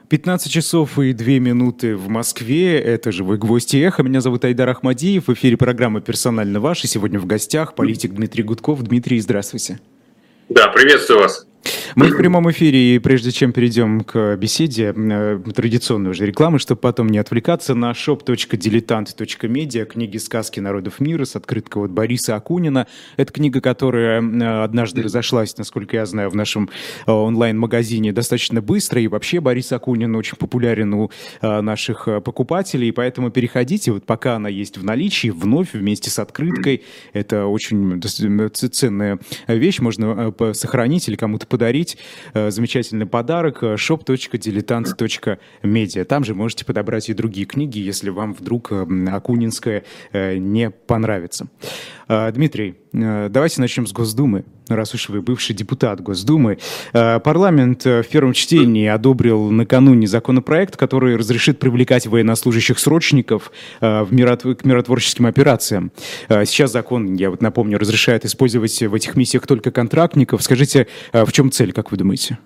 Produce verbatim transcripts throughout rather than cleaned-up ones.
пятнадцать часов и две минуты в Москве. Это «Живой гвоздь» и «Эхо». Меня зовут Айдар Ахмадиев. В эфире программа «Персонально ваш». И сегодня в гостях политик Дмитрий Гудков. Дмитрий, здравствуйте. Да, приветствую вас. Мы в прямом эфире, и прежде чем перейдем к беседе, традиционной уже рекламы, чтобы потом не отвлекаться, на shop точка дилетант точка медиа книги «Сказки народов мира» с открыткой от Бориса Акунина. Это книга, которая однажды разошлась, насколько я знаю, в нашем онлайн-магазине достаточно быстро, и вообще Борис Акунин очень популярен у наших покупателей, поэтому переходите, вот пока она есть в наличии, вновь вместе с открыткой. Это очень ценная вещь, можно сохранить или кому-то подарить. Замечательный подарок. shop точка дилетант точка медиа. Там же можете подобрать и другие книги, если вам вдруг акунинская не понравится. Дмитрий, давайте начнем с Госдумы, раз уж вы бывший депутат Госдумы. Парламент в первом чтении одобрил накануне законопроект, который разрешит привлекать военнослужащих-срочников в миротв... к миротворческим операциям. Сейчас закон, я вот напомню, разрешает использовать в этих миссиях только контрактников. Скажите, в чем цель, как вы думаете?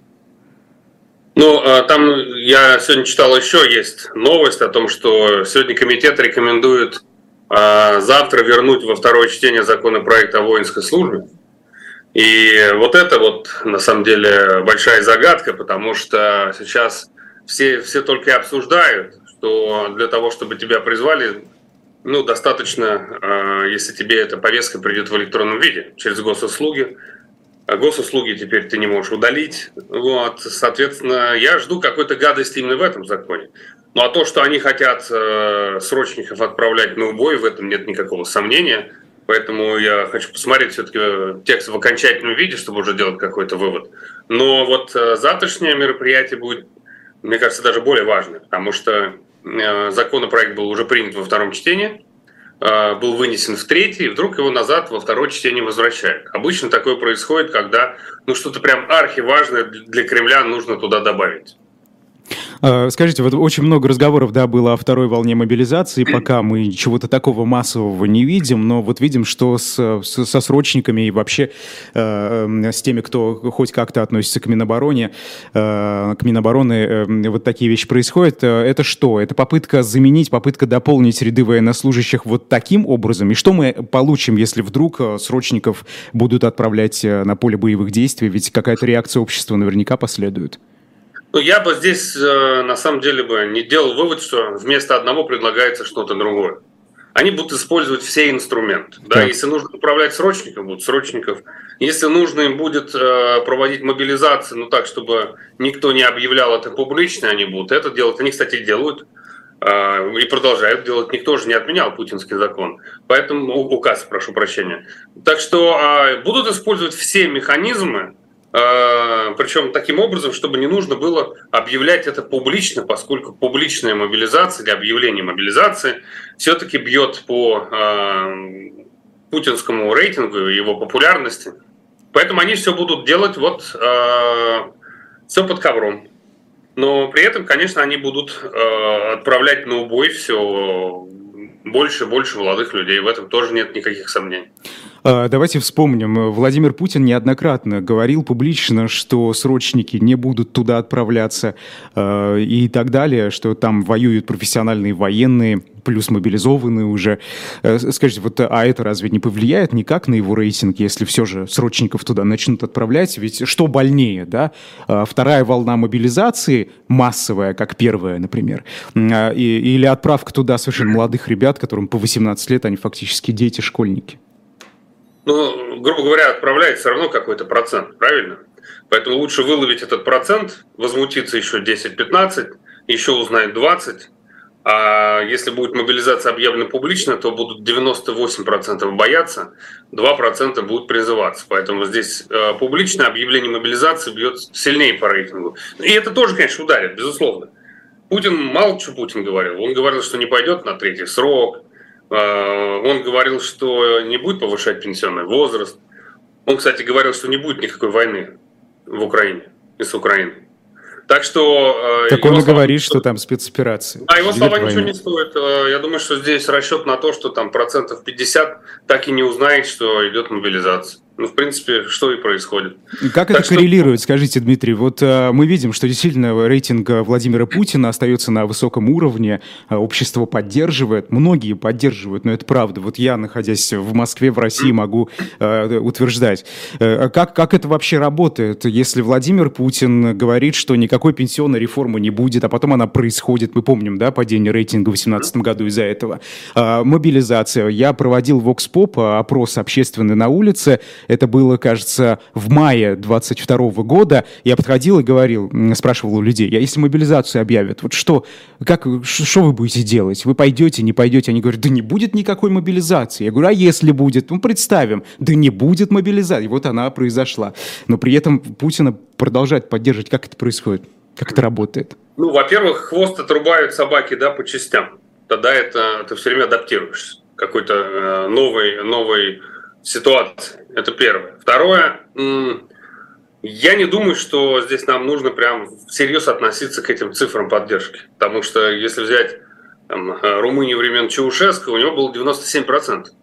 Ну, там я сегодня читал еще, есть новость о том, что сегодня комитет рекомендует завтра вернуть во второе чтение законопроект о воинской службе. И вот это вот, на самом деле, большая загадка, потому что сейчас все, все только и обсуждают, что для того, чтобы тебя призвали, ну, достаточно, если тебе эта повестка придет в электронном виде, через госуслуги. А госуслуги теперь ты не можешь удалить. Вот, соответственно, я жду какой-то гадости именно в этом законе. Ну а то, что они хотят э, срочников отправлять на убой, в этом нет никакого сомнения. Поэтому я хочу посмотреть все-таки текст в окончательном виде, чтобы уже делать какой-то вывод. Но вот э, завтрашнее мероприятие будет, мне кажется, даже более важное, потому что э, законопроект был уже принят во втором чтении, э, был вынесен в третье, и вдруг его назад во второе чтение возвращают. Обычно такое происходит, когда ну, что-то прям архиважное для Кремля нужно туда добавить. Скажите, вот очень много разговоров, да, было о второй волне мобилизации, пока мы чего-то такого массового не видим, но вот видим, что с, с, со срочниками и вообще э, с теми, кто хоть как-то относится к Минобороне, э, к Минобороны, э, вот такие вещи происходят. Это что? Это попытка заменить, попытка дополнить ряды военнослужащих вот таким образом? И что мы получим, если вдруг срочников будут отправлять на поле боевых действий? Ведь какая-то реакция общества наверняка последует. Ну, я бы здесь, э, на самом деле, бы не делал вывод, что вместо одного предлагается что-то другое. Они будут использовать все инструменты. Да? Если нужно управлять срочников, будут срочников. Если нужно им будет э, проводить мобилизацию, ну так, чтобы никто не объявлял это публично, они будут это делать. Они, кстати, делают э, и продолжают делать. Никто же не отменял путинский закон. Поэтому указ, прошу прощения. Так что э, будут использовать все механизмы, причем таким образом, чтобы не нужно было объявлять это публично, поскольку публичная мобилизация или объявление мобилизации все-таки бьет по э, путинскому рейтингу, его популярности. Поэтому они все будут делать вот э, все под ковром. Но при этом, конечно, они будут э, отправлять на убой все больше и больше молодых людей. В этом тоже нет никаких сомнений. Давайте вспомним. Владимир Путин неоднократно говорил публично, что срочники не будут туда отправляться э, и так далее, что там воюют профессиональные военные, плюс мобилизованные уже. Э, скажите, вот, а это разве не повлияет никак на его рейтинг, если все же срочников туда начнут отправлять? Ведь что больнее, да? Э, вторая волна мобилизации, массовая, как первая, например, э, и, или отправка туда совершенно молодых ребят, которым по восемнадцать лет, они фактически дети-школьники? Ну, грубо говоря, отправляет все равно какой-то процент, правильно? Поэтому лучше выловить этот процент, возмутиться еще десять-пятнадцать, еще узнать двадцать. А если будет мобилизация объявлена публично, то будут девяносто восемь процентов бояться, два процента будут призываться. Поэтому здесь э, публичное объявление мобилизации бьет сильнее по рейтингу. И это тоже, конечно, ударит, безусловно. Путин, мало что Путин говорил. Он говорил, что не пойдет на третий срок. Он говорил, что не будет повышать пенсионный возраст. Он, кстати, говорил, что не будет никакой войны в Украине и с Украиной. Так что... Так он и говорит, что там спецоперации. А его слова ничего не стоят. Я думаю, что здесь расчет на то, что там процентов пятьдесят так и не узнает, что идет мобилизация. Ну, в принципе, что и происходит. Как так это что... коррелирует, скажите, Дмитрий? Вот э, мы видим, что действительно рейтинг Владимира Путина остается на высоком уровне, э, общество поддерживает, многие поддерживают, но это правда. Вот я, находясь в Москве, в России, могу э, утверждать. Э, как, как это вообще работает, если Владимир Путин говорит, что никакой пенсионной реформы не будет, а потом она происходит, мы помним, да, падение рейтинга в две тысячи восемнадцатом году из-за этого. Э, мобилизация. Я проводил вокс-поп, опрос общественный на улице. Это было, кажется, в мае двадцать второго года. Я подходил и говорил, спрашивал у людей, а если мобилизацию объявят, вот что, как, что вы будете делать? Вы пойдете, не пойдете? Они говорят, да не будет никакой мобилизации. Я говорю, а если будет? Ну, представим, да не будет мобилизации. И вот она произошла. Но при этом Путина продолжает поддерживать. Как это происходит? Как это работает? Ну, во-первых, хвост отрубают собаки, да, по частям. Тогда это ты все время адаптируешься к какой-то э, новой, новой ситуации. Это первое. Второе, я не думаю, что здесь нам нужно прям всерьез относиться к этим цифрам поддержки. Потому что если взять там, Румынию времен Чаушеску, у него было девяносто семь процентов.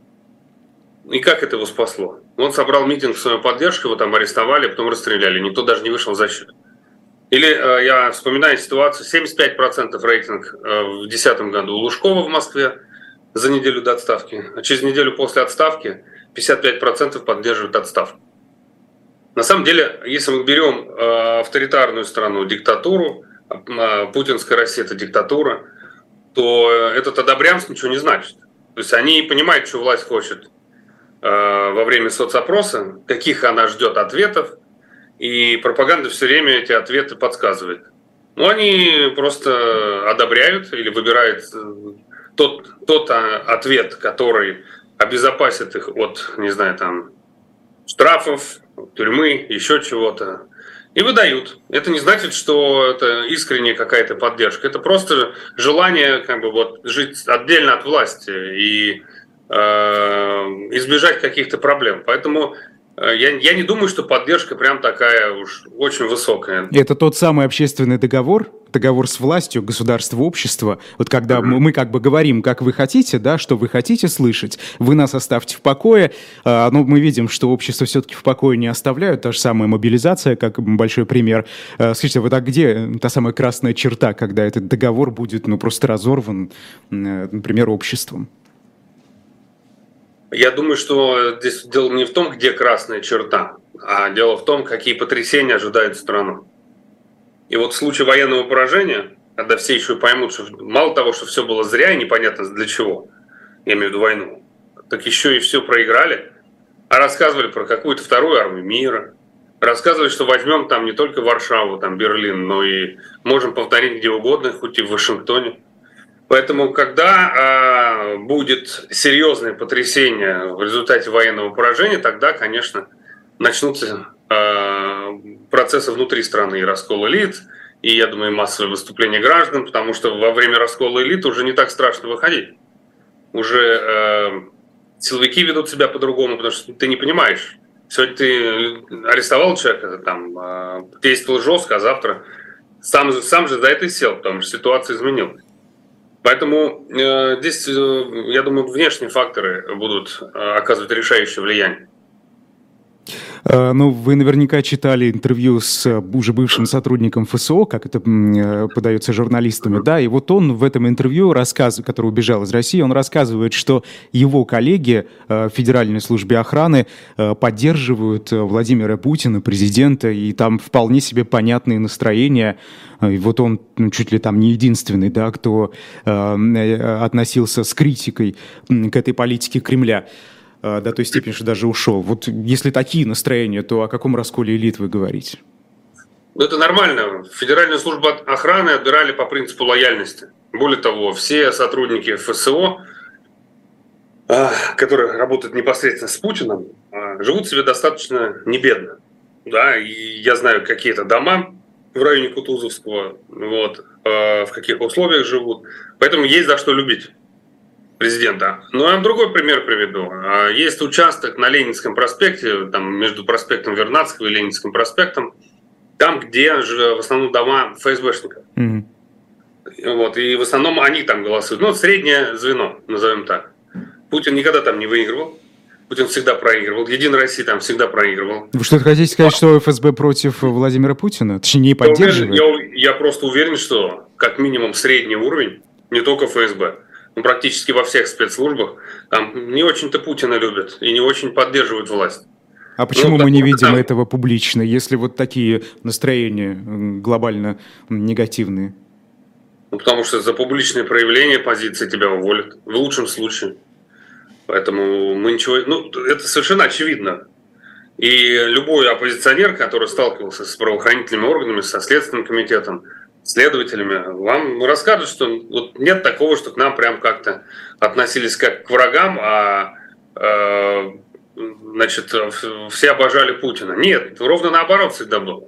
И как это его спасло? Он собрал митинг в свою поддержку, его там арестовали, потом расстреляли. Никто даже не вышел в защиту. Или э, я вспоминаю ситуацию, семьдесят пять процентов рейтинг э, в две тысячи десятом году у Лужкова в Москве за неделю до отставки. А через неделю после отставки пятьдесят пять процентов поддерживают отставку. На самом деле, если мы берем э, авторитарную страну, диктатуру, э, путинская Россия – это диктатура, то этот одобрямс ничего не значит. То есть они понимают, что власть хочет э, во время соцопроса, каких она ждет ответов, и пропаганда все время эти ответы подсказывает. Ну, они просто одобряют или выбирают тот, тот ответ, который обезопасит их от, не знаю, там, штрафов, тюрьмы, еще чего-то, и выдают. Это не значит, что это искренняя какая-то поддержка. Это просто желание как бы, вот, жить отдельно от власти и э, избежать каких-то проблем. Поэтому Я, я не думаю, что поддержка прям такая уж очень высокая. Это тот самый общественный договор, договор с властью, государство, общество. Вот когда mm-hmm. мы, мы как бы говорим, как вы хотите, да, что вы хотите слышать, вы нас оставьте в покое. А, но мы видим, что общество все-таки в покое не оставляют. Та же самая мобилизация, как большой пример. А, скажите, вот а где та самая красная черта, когда этот договор будет ну, просто разорван, например, обществом? Я думаю, что здесь дело не в том, где красная черта, а дело в том, какие потрясения ожидают страну. И вот в случае военного поражения, когда все еще поймут, что мало того, что все было зря и непонятно для чего, я имею в виду войну, так еще и все проиграли, а рассказывали про какую-то вторую армию мира, рассказывали, что возьмем там не только Варшаву, там Берлин, но и можем повторить где угодно, хоть и в Вашингтоне. Поэтому, когда э, будет серьезное потрясение в результате военного поражения, тогда, конечно, начнутся э, процессы внутри страны, и раскол элит, и, я думаю, массовые выступления граждан, потому что во время раскола элит уже не так страшно выходить. Уже э, силовики ведут себя по-другому, потому что ты не понимаешь. Сегодня ты арестовал человека, там, э, действовал жестко, а завтра сам, сам же за это сел, потому что ситуация изменилась. Поэтому э, здесь, э, я думаю, внешние факторы будут э, оказывать решающее влияние. Ну, вы наверняка читали интервью с уже бывшим сотрудником эф эс о, как это подается журналистами, да, и вот он в этом интервью, рассказывает, который убежал из России, он рассказывает, что его коллеги в Федеральной службе охраны поддерживают Владимира Путина, президента, и там вполне себе понятные настроения. И вот он ну, чуть ли там не единственный, да, кто э, относился с критикой к этой политике Кремля. До той степени, что даже ушел. Вот если такие настроения, то о каком расколе элит вы говорите? Ну, это нормально. Федеральную службу охраны отбирали по принципу лояльности. Более того, все сотрудники эф эс о, которые работают непосредственно с Путиным, живут себе достаточно небедно. Да, и я знаю какие-то дома в районе Кутузовского, вот, в каких условиях живут. Поэтому есть за что любить президента. Ну, я вам другой пример приведу. Есть участок на Ленинском проспекте, там между проспектом Вернадского и Ленинским проспектом, там, где же в основном дома эф эс бэшников. Mm-hmm. Вот, и в основном они там голосуют. Ну, среднее звено, назовем так. Путин никогда там не выигрывал. Путин всегда проигрывал. Единая Россия там всегда проигрывал. Вы что-то хотите сказать, что эф эс бэ против Владимира Путина? Точнее, не поддерживает? Я, уверен, я, я просто уверен, что как минимум средний уровень, не только эф эс бэ, но практически во всех спецслужбах, там не очень-то Путина любят и не очень поддерживают власть. А почему ну, мы не видим там... этого публично, если вот такие настроения глобально негативные? Ну, потому что за публичное проявление позиции тебя уволят, в лучшем случае. Поэтому мы ничего... Ну, это совершенно очевидно. И любой оппозиционер, который сталкивался с правоохранительными органами, со Следственным комитетом, следователями, вам расскажут, что вот нет такого, что к нам прям как-то относились как к врагам, а э, значит, все обожали Путина. Нет, ровно наоборот всегда было.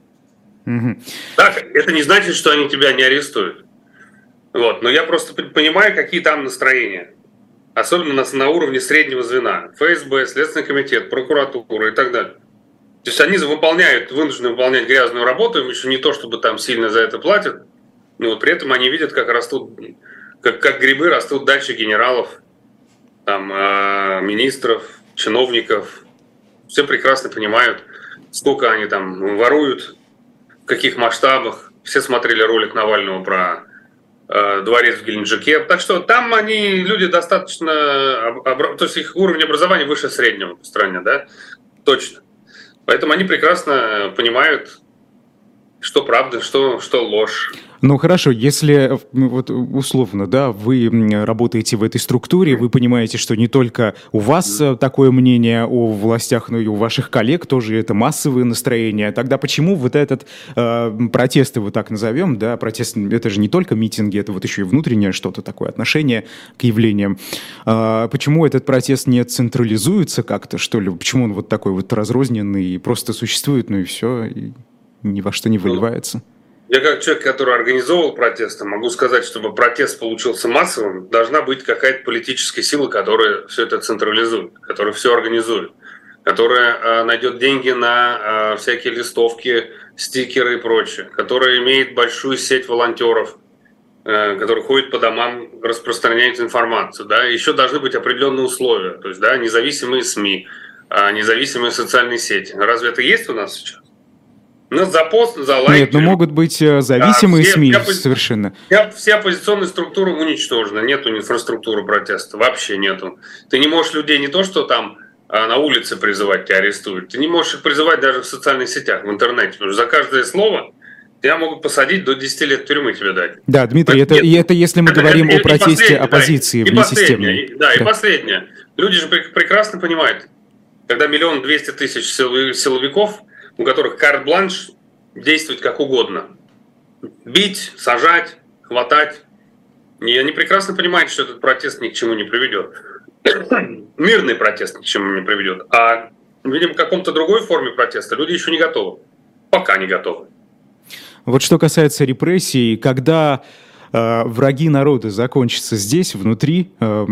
Угу. Так, это не значит, что они тебя не арестуют. Вот. Но я просто понимаю, какие там настроения. Особенно на, на уровне среднего звена. эф эс бэ, Следственный комитет, прокуратура и так далее. То есть они выполняют, вынуждены выполнять грязную работу, им еще не то, чтобы там сильно за это платят, но вот при этом они видят, как растут, как, как грибы растут дальше генералов, там, э, министров, чиновников. Все прекрасно понимают, сколько они там воруют, в каких масштабах. Все смотрели ролик Навального про э, дворец в Геленджике. Так что там они, люди достаточно... Обра... То есть их уровень образования выше среднего по стране, да? Точно. Поэтому они прекрасно понимают, что правда, что, что ложь. Ну хорошо, если вот условно, да, вы работаете в этой структуре, вы понимаете, что не только у вас такое мнение о властях, но и у ваших коллег тоже это массовые настроения. Тогда почему вот этот э, протест, его так назовем, да, протест, это же не только митинги, это вот еще и внутреннее что-то такое, отношение к явлениям. Э, почему этот протест не централизуется как-то, что ли? Почему он вот такой вот разрозненный и просто существует, ну и все, и ни во что не выливается? Я как человек, который организовывал протесты, могу сказать, чтобы протест получился массовым, должна быть какая-то политическая сила, которая все это централизует, которая все организует, которая э, найдет деньги на э, всякие листовки, стикеры и прочее, которая имеет большую сеть волонтеров, э, которые ходят по домам, распространяют информацию. Да? Еще должны быть определенные условия, то есть да, независимые СМИ, э, независимые социальные сети. Разве это есть у нас сейчас? Ну, за пост, за лайк. Нет, но могут быть зависимые да, все, СМИ все, совершенно. Все, все оппозиционные структуры уничтожены. Нету инфраструктуры протеста. Вообще нету. Ты не можешь людей не то, что там а на улице призывать, тебя арестуют. Ты не можешь их призывать даже в социальных сетях, в интернете. Потому что за каждое слово тебя могут посадить, до десяти лет тюрьмы тебе дать. Да, Дмитрий, это, и это если мы это, говорим это, о протесте оппозиции да, внесистемной. И, да, да, и последнее. Люди же прекрасно понимают, когда миллион двести тысяч силовиков, у которых карт-бланш, действовать как угодно. Бить, сажать, хватать. И они прекрасно понимают, что этот протест ни к чему не приведет. Мирный протест ни к чему не приведет. А, видимо, в каком-то другой форме протеста люди еще не готовы. Пока не готовы. Вот что касается репрессий, когда э, враги народа закончатся здесь, внутри, э,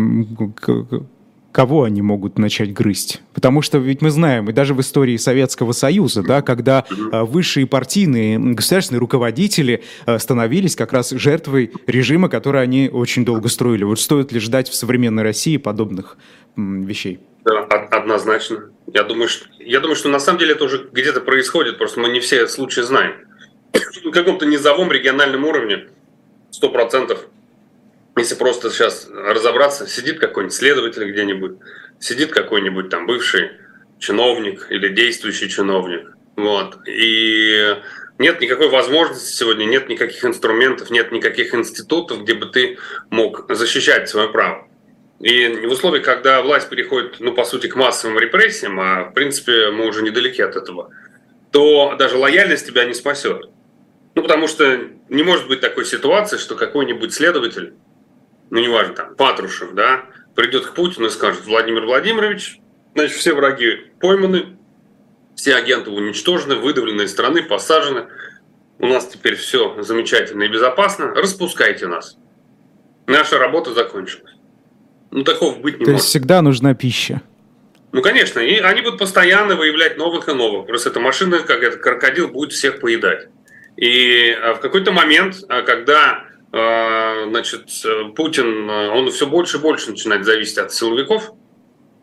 кого они могут начать грызть? Потому что ведь мы знаем, и даже в истории Советского Союза, да, когда э, высшие партийные государственные руководители э, становились как раз жертвой режима, который они очень долго строили. Вот стоит ли ждать в современной России подобных м, вещей? Да, однозначно. Я думаю, что, я думаю, что на самом деле это уже где-то происходит, просто мы не все случаи знаем. На каком-то низовом региональном уровне сто процентов. Если просто сейчас разобраться, сидит какой-нибудь следователь где-нибудь, сидит какой-нибудь там бывший чиновник или действующий чиновник, вот, и нет никакой возможности сегодня, нет никаких инструментов, нет никаких институтов, где бы ты мог защищать свое право. И в условиях, когда власть переходит, ну, по сути, к массовым репрессиям, а в принципе мы уже недалеки от этого, то даже лояльность тебя не спасет. Ну, потому что не может быть такой ситуации, что какой-нибудь следователь, ну, неважно, там, Патрушев, да, придет к Путину и скажет: Владимир Владимирович, значит, все враги пойманы, все агенты уничтожены, выдавлены из страны, посажены, у нас теперь все замечательно и безопасно, распускайте нас. Наша работа закончилась. Ну, такого быть не То может. есть всегда нужна пища. Ну, конечно, и они будут постоянно выявлять новых и новых. Просто эта машина, как этот крокодил, будет всех поедать. И в какой-то момент, когда значит, Путин, он все больше и больше начинает зависеть от силовиков,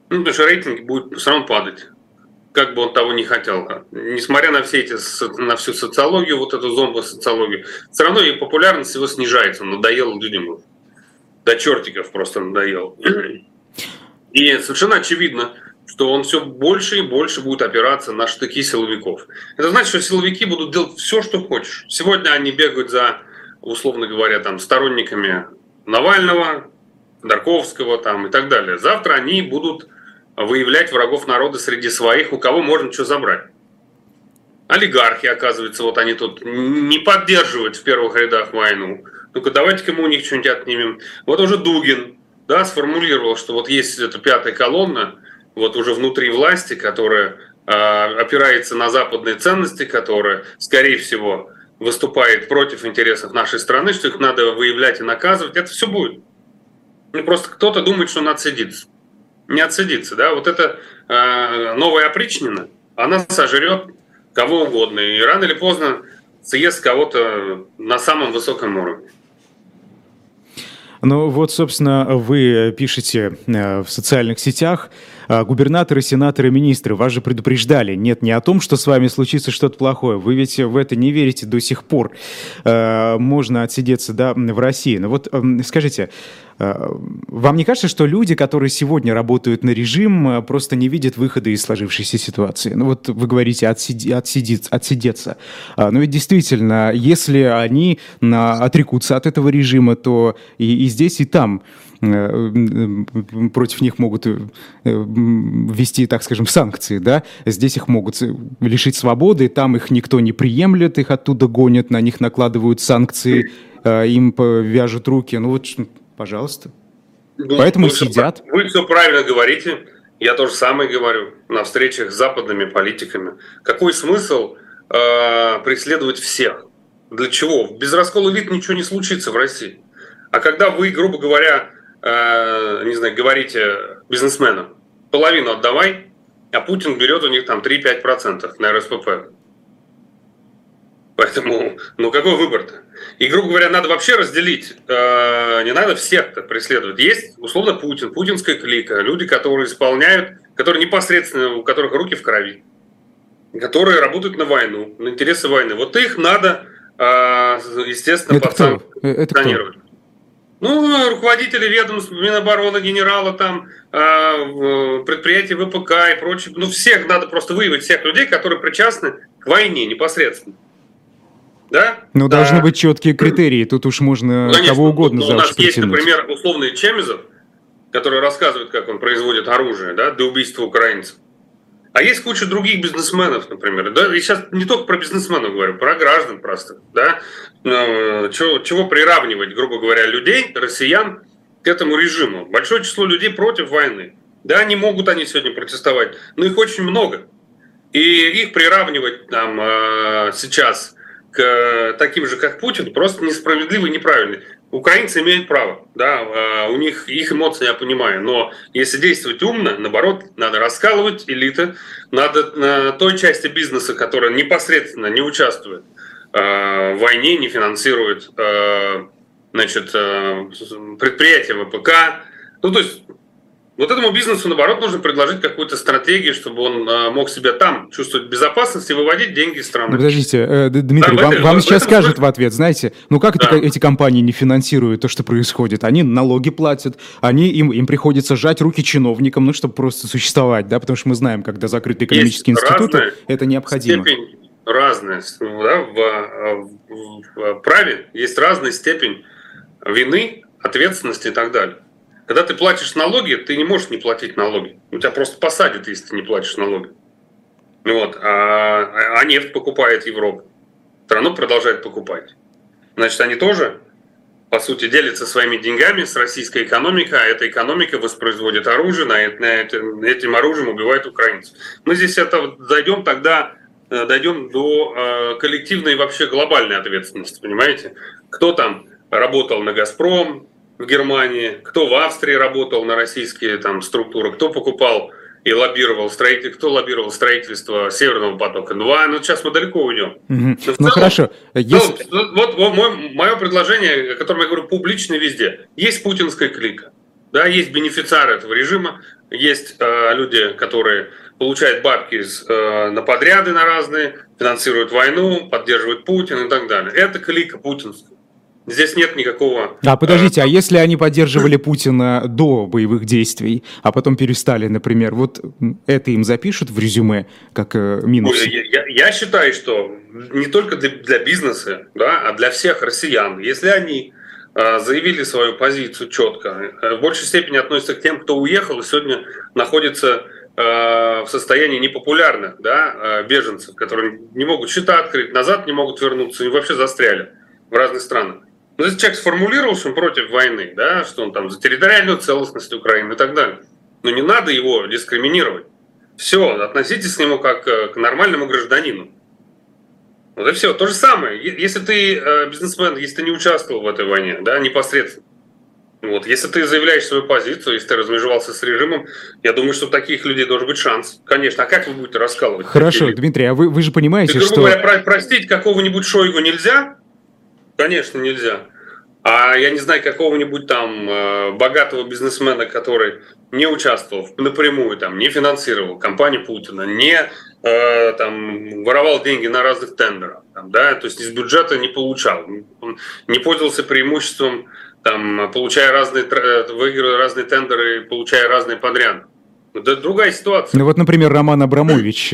Ну, потому что рейтинг будет все равно падать, как бы он того не хотел. Несмотря на все эти, на всю социологию, вот эту зомбо-социологию, все равно и популярность его снижается, он надоел людям. До чертиков просто надоел. И совершенно очевидно, что он все больше и больше будет опираться на штыки силовиков. Это значит, что силовики будут делать все, что хочешь. Сегодня они бегают за, условно говоря, там, сторонниками Навального, Ходорковского там, и так далее. Завтра они будут выявлять врагов народа среди своих, у кого можно что забрать. Олигархи, оказывается, вот они тут не поддерживают в первых рядах войну. Ну-ка, давайте-ка мы у них что-нибудь отнимем. Вот уже Дугин, да, сформулировал, что вот есть эта пятая колонна, вот уже внутри власти, которая э, опирается на западные ценности, которая, скорее всего, выступает против интересов нашей страны, что их надо выявлять и наказывать. Это все будет. Ну, просто кто-то думает, что он отсидится. Не отсидится, да. Вот эта э, новая опричнина, она сожрет кого угодно. И рано или поздно съест кого-то на самом высоком уровне. Ну вот, собственно, вы пишете в социальных сетях, губернаторы, сенаторы, министры, вас же предупреждали. Нет, не о том, что с вами случится что-то плохое. Вы ведь в это не верите до сих пор. Можно отсидеться, да, в России. Но вот скажите, вам не кажется, что люди, которые сегодня работают на режим, просто не видят выхода из сложившейся ситуации? Ну вот вы говорите отсиди, отсидеться, отсидеться. Но ведь действительно, если они отрекутся от этого режима, то и, и здесь, и там против них могут ввести, так скажем, санкции, да? Здесь их могут лишить свободы, там их никто не приемлет, их оттуда гонят, на них накладывают санкции, им вяжут руки. Ну вот, пожалуйста. Ну, поэтому вы сидят. Все, вы все правильно говорите. Я то же самое говорю на встречах с западными политиками. Какой смысл э, преследовать всех? Для чего? Без раскола элит ничего не случится в России. А когда вы, грубо говоря, э, не знаю, говорите бизнесменам, половину отдавай, а Путин берет у них там три-пять процентов на эр эс пэ пэ. Поэтому, ну какой выбор-то? И, грубо говоря, надо вообще разделить. Э, не надо всех-то преследовать. Есть, условно, Путин, путинская клика, люди, которые исполняют, которые непосредственно, у которых руки в крови, которые работают на войну, на интересы войны. Вот их надо, э, естественно, санкционировать. Ну, руководители ведомств, Минобороны, генерала, там, э, предприятия вэ пэ ка и прочее. Ну, всех надо просто выявить, всех людей, которые причастны к войне непосредственно. Да? Ну, да. Должны быть четкие критерии. Тут уж можно, ну, конечно, кого угодно за уши притянуть. У нас есть, например, условный Чемизов, который рассказывает, как он производит оружие, да, для убийства украинцев. А есть куча других бизнесменов, например. Да? И сейчас не только про бизнесменов говорю, про граждан простых. Да? Чего, чего приравнивать, грубо говоря, людей, россиян к этому режиму? Большое число людей против войны. Да, не могут они сегодня протестовать, но их очень много. И их приравнивать там, сейчас к таким же, как Путин, просто несправедливо и неправильно. Украинцы имеют право, да, у них их эмоции я понимаю, но если действовать умно, наоборот, надо раскалывать элиты, надо на той части бизнеса, которая непосредственно не участвует в войне, не финансирует, значит, предприятия вэ пэ ка, ну то есть вот этому бизнесу, наоборот, нужно предложить какую-то стратегию, чтобы он а, мог себя там чувствовать безопасность и выводить деньги из страны. Ну, подождите, э, Дмитрий, да, вам, этом, вам сейчас скажут в ответ, знаете, ну как да. это, эти компании не финансируют то, что происходит? Они налоги платят, они, им, им приходится сжать руки чиновникам, ну, чтобы просто существовать, да, потому что мы знаем, когда закрыты экономические Есть институты, это необходимо. Степень разная, да, в, в, в праве есть разная степень вины, ответственности и так далее. Когда ты платишь налоги, ты не можешь не платить налоги. У тебя просто посадят, если ты не платишь налоги. Вот. А, а нефть покупает Европа. Страна продолжает покупать. Значит, они тоже, по сути, делятся своими деньгами с российской экономикой, а эта экономика воспроизводит оружие, на, это, на это, этим оружием убивает украинцев. Мы здесь это дойдем тогда, дойдем до э, коллективной вообще глобальной ответственности, понимаете? Кто там работал на «Газпром», в Германии, кто в Австрии работал на российские там структуры, кто покупал и лоббировал строительство, кто лоббировал строительство Северного потока-два. Ну, сейчас мы далеко уйдем. Угу. Ну, целом, хорошо. Если... Ну, вот, вот мой, мое предложение, о котором я говорю публично везде. Есть путинская клика, да, есть бенефициары этого режима, есть э, люди, которые получают бабки с, э, на подряды на разные, финансируют войну, поддерживают Путина и так далее. Это клика путинская. Здесь нет никакого... А подождите, а если они поддерживали Путина до боевых действий, а потом перестали, например, вот это им запишут в резюме как э, минус? Я, я, я считаю, что не только для, для бизнеса, да, а для всех россиян, если они э, заявили свою позицию четко, э, в большей степени относятся к тем, кто уехал и сегодня находится э, в состоянии непопулярных, да, э, беженцев, которые не могут счета открыть, назад не могут вернуться и вообще застряли в разных странах. Но если человек сформулировал, что он против войны, да, что он там за территориальную целостность Украины и так далее, но не надо его дискриминировать. Все, относитесь к нему как к нормальному гражданину. Вот и все. То же самое. Если ты бизнесмен, если ты не участвовал в этой войне, да, непосредственно, вот, если ты заявляешь свою позицию, если ты размежевался с режимом, я думаю, что у таких людей должен быть шанс. Конечно. А как вы будете раскалывать? Хорошо, Дмитрий, а вы, вы же понимаете, ты, грубо что... говоря, про- простить какого-нибудь Шойгу нельзя? Конечно, нельзя. А я не знаю, какого-нибудь там э, богатого бизнесмена, который не участвовал напрямую, там, не финансировал компанию Путина, не э, там, воровал деньги на разных тендерах, там, да, то есть из бюджета не получал, он не пользовался преимуществом, там, получая разные, выигрывая разные тендеры, получая разные подряды. Это другая ситуация. Ну вот, например, Роман Абрамович...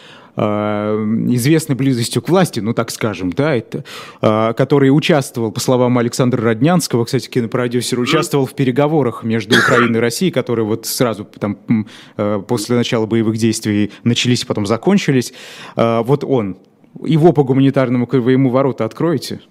известный близостью к власти, ну так скажем, да, это, который участвовал, по словам Александра Роднянского, кстати, кинопродюсер, участвовал в переговорах между Украиной и Россией, которые вот сразу там, после начала боевых действий начались, потом закончились. Вот он, его по гуманитарному КВМу ворота откроете?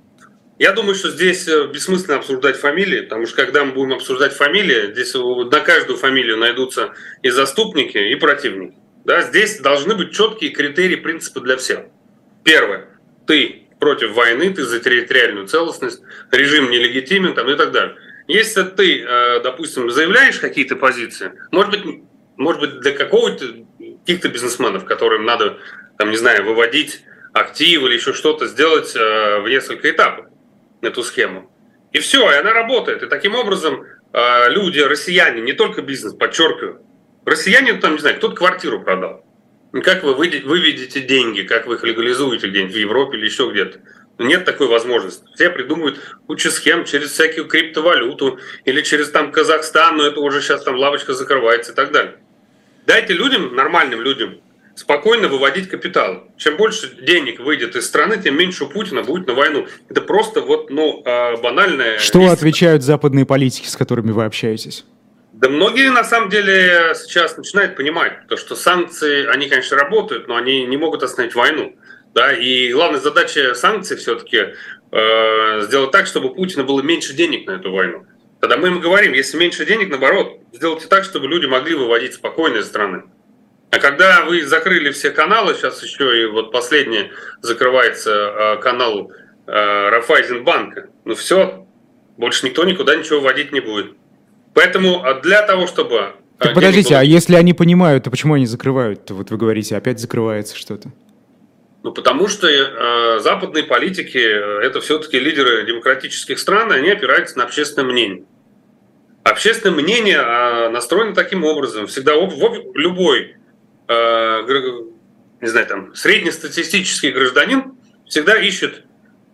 Я думаю, что здесь бессмысленно обсуждать фамилии, потому что когда мы будем обсуждать фамилии, здесь на каждую фамилию найдутся и заступники, и противники. Да, здесь должны быть четкие критерии, принципы для всех. Первое. Ты против войны, ты за территориальную целостность, режим нелегитимен там, и так далее. Если ты, допустим, заявляешь какие-то позиции, может быть, может быть для какого-то, каких-то бизнесменов, которым надо, там, не знаю, выводить активы или еще что-то, сделать в несколько этапов эту схему. И все, и она работает. И таким образом люди, россияне, не только бизнес, подчеркиваю, россияне, там, не знаю, кто-то квартиру продал. Как вы выведете деньги, как вы их легализуете где-нибудь в Европе или еще где-то? Нет такой возможности. Все придумывают кучу схем через всякую криптовалюту или через там Казахстан, но это уже сейчас там лавочка закрывается и так далее. Дайте людям, нормальным людям, спокойно выводить капитал. Чем больше денег выйдет из страны, тем меньше у Путина будет на войну. Это просто вот, ну, банальное... Что истина. Отвечают западные политики, с которыми вы общаетесь? Да многие, на самом деле, сейчас начинают понимать, то, что санкции, они, конечно, работают, но они не могут остановить войну. Да? И главная задача санкций все-таки э, сделать так, чтобы у Путина было меньше денег на эту войну. Тогда мы им говорим, если меньше денег, наоборот, сделайте так, чтобы люди могли выводить спокойно из страны. А когда вы закрыли все каналы, сейчас еще и вот последний закрывается э, канал э, Райффайзенбанка, ну все, больше никто никуда ничего вводить не будет. Поэтому для того, чтобы... Так подождите, было... а если они понимают, то почему они закрывают? Вот вы говорите, опять закрывается что-то. Ну, потому что э, западные политики, это все-таки лидеры демократических стран, они опираются на общественное мнение. Общественное мнение э, настроено таким образом. Всегда в, в, любой, э, не знаю, там, среднестатистический гражданин всегда ищет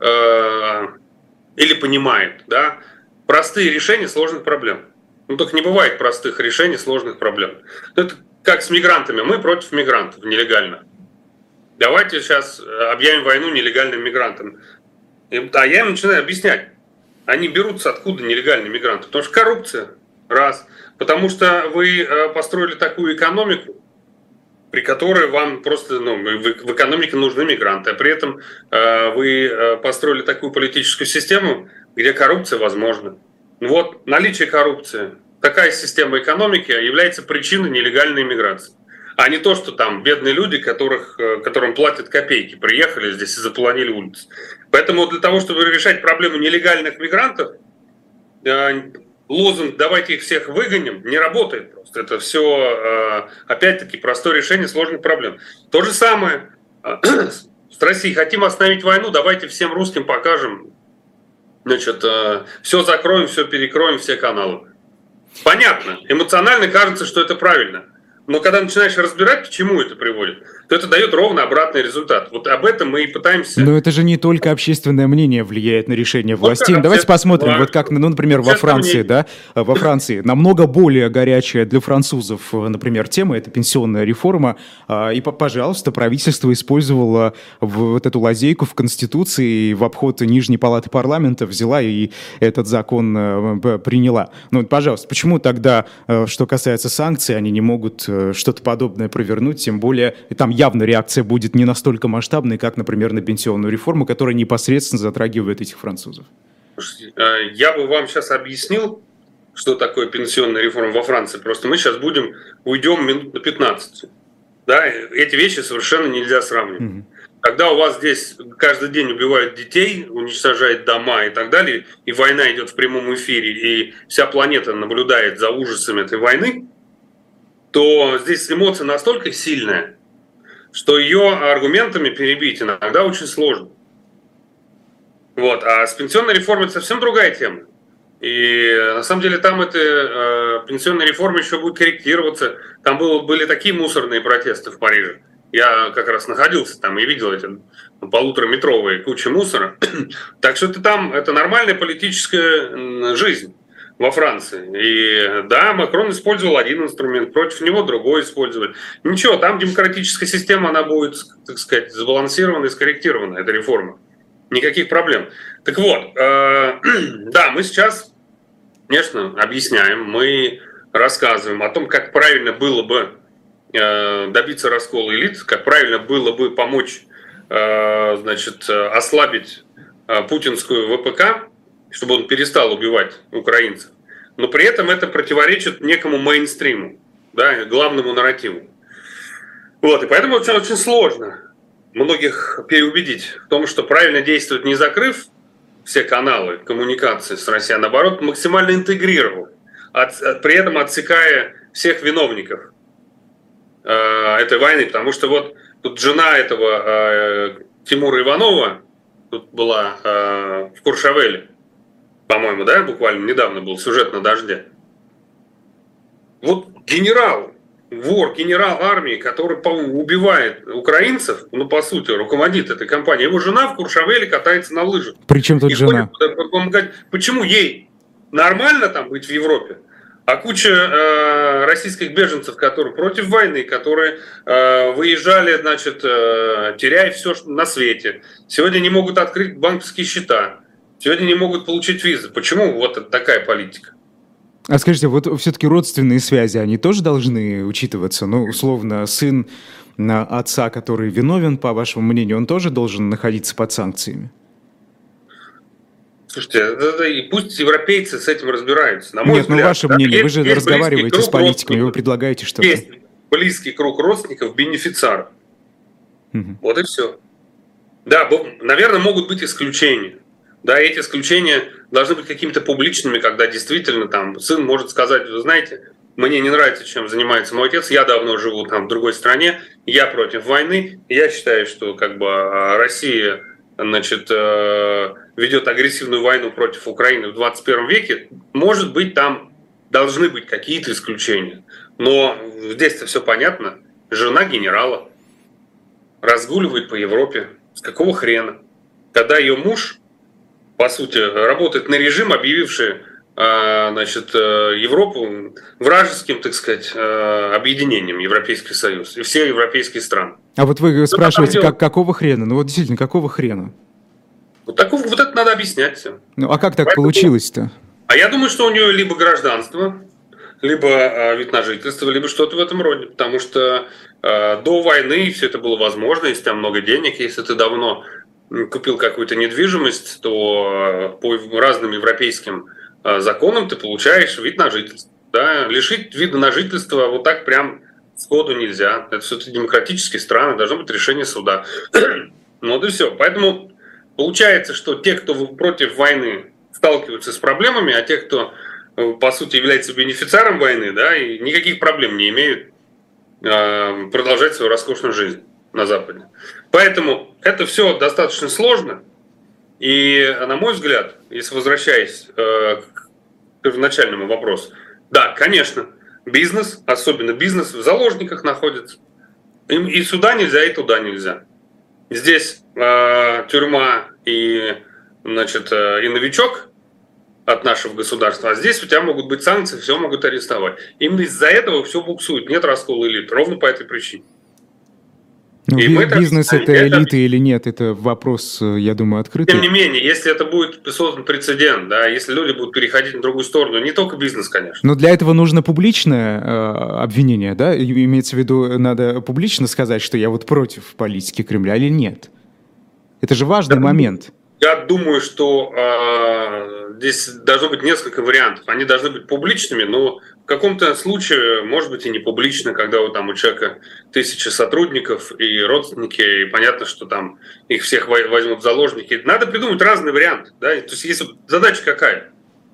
э, или понимает, да, простые решения сложных проблем. Ну, так не бывает простых решений сложных проблем. Это как с мигрантами. Мы против мигрантов нелегально. Давайте сейчас объявим войну нелегальным мигрантам. А я им начинаю объяснять. Они берутся откуда нелегальные мигранты? Потому что коррупция. Раз. Потому что вы построили такую экономику, при которой вам просто, ну, в экономике нужны мигранты. А при этом вы построили такую политическую систему, где коррупция возможна. Вот наличие коррупции, такая система экономики является причиной нелегальной иммиграции. А не то, что там бедные люди, которых, которым платят копейки, приехали здесь и заполонили улицы. Поэтому для того, чтобы решать проблему нелегальных мигрантов, лозунг «давайте их всех выгоним» не работает просто. Это все, опять-таки, простое решение сложных проблем. То же самое с Россией. Хотим остановить войну, давайте всем русским покажем, значит, все закроем, все перекроем, все каналы. Понятно, эмоционально кажется, что это правильно. Но когда начинаешь разбирать, к чему это приводит, то это дает ровно обратный результат. Вот об этом мы и пытаемся... Но это же не только общественное мнение влияет на решение властей. Вот давайте посмотрим, вот как, ну, например, во Франции, да, во Франции намного более горячая для французов, например, тема, это пенсионная реформа, и, пожалуйста, правительство использовало вот эту лазейку в Конституции, в обход Нижней палаты парламента взяла и этот закон приняла. Ну, пожалуйста, почему тогда, что касается санкций, они не могут что-то подобное провернуть, тем более там явно реакция будет не настолько масштабной, как, например, на пенсионную реформу, которая непосредственно затрагивает этих французов. Я бы вам сейчас объяснил, что такое пенсионная реформа во Франции. Просто мы сейчас будем, уйдем минут на пятнадцать. Да? Эти вещи совершенно нельзя сравнивать. Mm-hmm. Когда у вас здесь каждый день убивают детей, уничтожают дома и так далее, и война идет в прямом эфире, и вся планета наблюдает за ужасами этой войны, то здесь эмоция настолько сильная, что ее аргументами перебить иногда очень сложно. Вот. А с пенсионной реформой это совсем другая тема. И на самом деле там эта э, пенсионная реформа еще будет корректироваться. Там было, были такие мусорные протесты в Париже. Я как раз находился там и видел эти полутораметровые кучи мусора. Так что это там, это нормальная политическая жизнь во Франции. И да, Макрон использовал один инструмент, против него другой использовали. Ничего, там демократическая система, она будет, так сказать, сбалансирована и скорректирована, эта реформа. Никаких проблем. Так вот, э, да, мы сейчас, конечно, объясняем, мы рассказываем о том, как правильно было бы э, добиться раскола элит, как правильно было бы помочь, э, значит, ослабить э, путинскую ВПК, чтобы он перестал убивать украинцев. Но при этом это противоречит некому мейнстриму, да, главному нарративу. Вот, и поэтому очень, очень сложно многих переубедить в том, что правильно действовать, не закрыв все каналы коммуникации с Россией, а наоборот максимально интегрировав, от, при этом отсекая всех виновников э, этой войны. Потому что вот тут жена этого э, Тимура Иванова тут была э, в Куршавеле, по-моему, да, буквально недавно был сюжет на «Дожде». Вот генерал, вор, генерал армии, который убивает украинцев, ну, по сути, руководит этой компанией, его жена в Куршавеле катается на лыжах. Причем тут жена? Ходит, почему ей нормально там быть в Европе, а куча э, российских беженцев, которые против войны, которые э, выезжали, значит, э, теряя все на свете, сегодня не могут открыть банковские счета, сегодня не могут получить визы. Почему вот такая политика? А скажите, вот все-таки родственные связи, они тоже должны учитываться? Ну, условно, сын отца, который виновен, по вашему мнению, он тоже должен находиться под санкциями? Слушайте, это, и пусть европейцы с этим разбираются. На мой Нет, взгляд, ну ваше да, мнение, есть, вы же разговариваете с политиками, вы предлагаете что-то. Есть близкий круг родственников, бенефициаров. Угу. Вот и все. Да, наверное, могут быть исключения. Да, эти исключения должны быть какими-то публичными, когда действительно там сын может сказать: вы знаете, мне не нравится, чем занимается мой отец, я давно живу там в другой стране, я против войны, я считаю, что как бы Россия, значит, ведет агрессивную войну против Украины в двадцать первом веке. Может быть, там должны быть какие-то исключения. Но здесь-то все понятно. Жена генерала разгуливает по Европе. С какого хрена? Когда ее муж, по сути, работает на режим, объявивший, значит, Европу вражеским, так сказать, объединением, Европейский Союз и все европейские страны. А вот вы что спрашиваете, как, какого хрена? Ну вот действительно, какого хрена? Вот, такого, вот это надо объяснять все. Ну а как так Поэтому... получилось-то? А я думаю, что у нее либо гражданство, либо э, вид на жительство, либо что-то в этом роде. Потому что э, до войны все это было возможно, если там много денег, если ты давно купил какую-то недвижимость, то э, по разным европейским э, законам ты получаешь вид на жительство. Да? Лишить вида на жительство вот так прям сходу нельзя. Это все-таки демократические страны, должно быть решение суда. Ну вот и все. Поэтому получается, что те, кто против войны, сталкиваются с проблемами, а те, кто, по сути, является бенефициаром войны, да, и никаких проблем не имеют э, продолжать свою роскошную жизнь на Западе. Поэтому это все достаточно сложно. И, на мой взгляд, если возвращаясь э, к первоначальному вопросу, Да, конечно. Бизнес, особенно бизнес, в заложниках находится. Им и сюда нельзя, и туда нельзя. Здесь э, тюрьма и, значит, э, и новичок от нашего государства, а здесь у тебя могут быть санкции, все могут арестовать. Именно из-за этого все буксует, нет раскола элит, ровно по этой причине. Ну, би- бизнес это, это элита или нет, это вопрос, я думаю, открытый. Тем не менее, если это будет создан прецедент, да, если люди будут переходить на другую сторону, не только бизнес, конечно. Но для этого нужно публичное э, обвинение, да? Имеется в виду, надо публично сказать, что я вот против политики Кремля или нет? Это же важный да, момент. Я думаю, что э, здесь должно быть несколько вариантов. Они должны быть публичными, но в каком-то случае, может быть, и не публично, когда вот там у человека тысячи сотрудников и родственники, и понятно, что там их всех возьмут в заложники. Надо придумать разные варианты. Да? То есть если задача какая?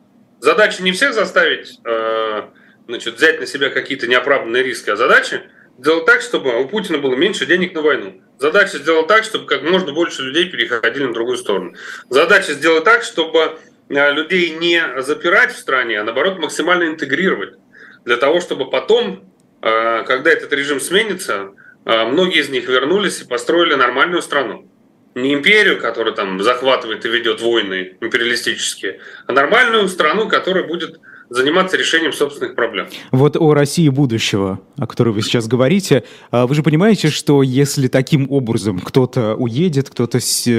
Задача не всех заставить э, значит, взять на себя какие-то неоправданные риски, а задача сделать так, чтобы у Путина было меньше денег на войну. Задача сделать так, чтобы как можно больше людей переходили на другую сторону. Задача сделать так, чтобы людей не запирать в стране, а наоборот максимально интегрировать. Для того, чтобы потом, когда этот режим сменится, многие из них вернулись и построили нормальную страну. Не империю, которая там захватывает и ведет войны империалистические, а нормальную страну, которая будет заниматься решением собственных проблем. Вот о России будущего, о которой вы сейчас говорите, вы же понимаете, что если таким образом кто-то уедет, кто-то,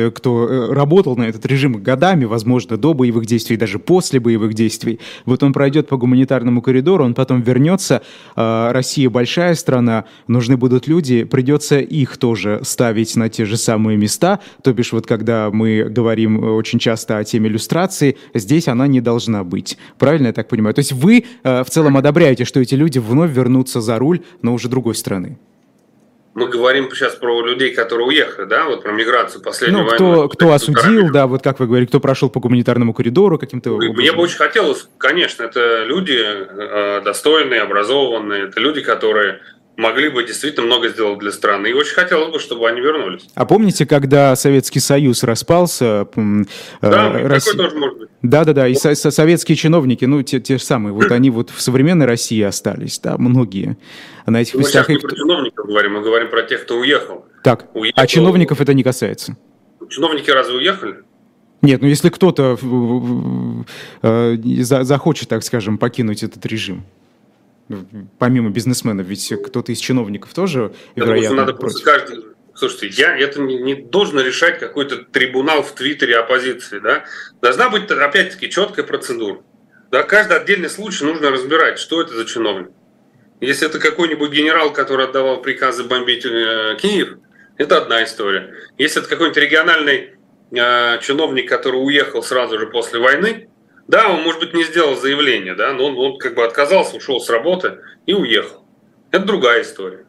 кто работал на этот режим годами, возможно, до боевых действий, даже после боевых действий, вот он пройдет по гуманитарному коридору, он потом вернется, Россия большая страна, нужны будут люди, придется их тоже ставить на те же самые места, то бишь вот когда мы говорим очень часто о теме люстрации, здесь она не должна быть. Правильно я так понимаю? То есть вы э, в целом одобряете, что эти люди вновь вернутся за руль, но уже другой страны? Мы говорим сейчас про людей, которые уехали, да, вот про миграцию последнюю ну, кто, войну. Кто осудил, да, вот как вы говорите, кто прошел по гуманитарному коридору каким-то образом? Мне бы очень хотелось, конечно, это люди э, достойные, образованные, это люди, которые могли бы действительно много сделать для страны. И очень хотелось бы, чтобы они вернулись. А помните, когда Советский Союз распался? Да, э, Россия... такой тоже может быть. Да-да-да, и со- со- советские чиновники, ну, те, те же самые, вот они вот в современной России остались, да, многие. На этих мы местах... сейчас не про чиновников говорим, мы говорим про тех, кто уехал. Так, уехал... а чиновников это не касается? Чиновники разве уехали? Нет, ну если кто-то э, за- захочет, так скажем, покинуть этот режим. Помимо бизнесменов, ведь кто-то из чиновников тоже, да, вероятно, надо против. Просто каждый... Слушайте, я это не, не должен решать какой-то трибунал в Твиттере оппозиции. Да? Должна быть, опять-таки, четкая процедура. Да? Каждый отдельный случай нужно разбирать, что это за чиновник. Если это какой-нибудь генерал, который отдавал приказы бомбить э, Киев, это одна история. Если это какой-нибудь региональный э, чиновник, который уехал сразу же после войны, да, он, может быть, не сделал заявление, да, но он, он как бы отказался, ушел с работы и уехал. Это другая история.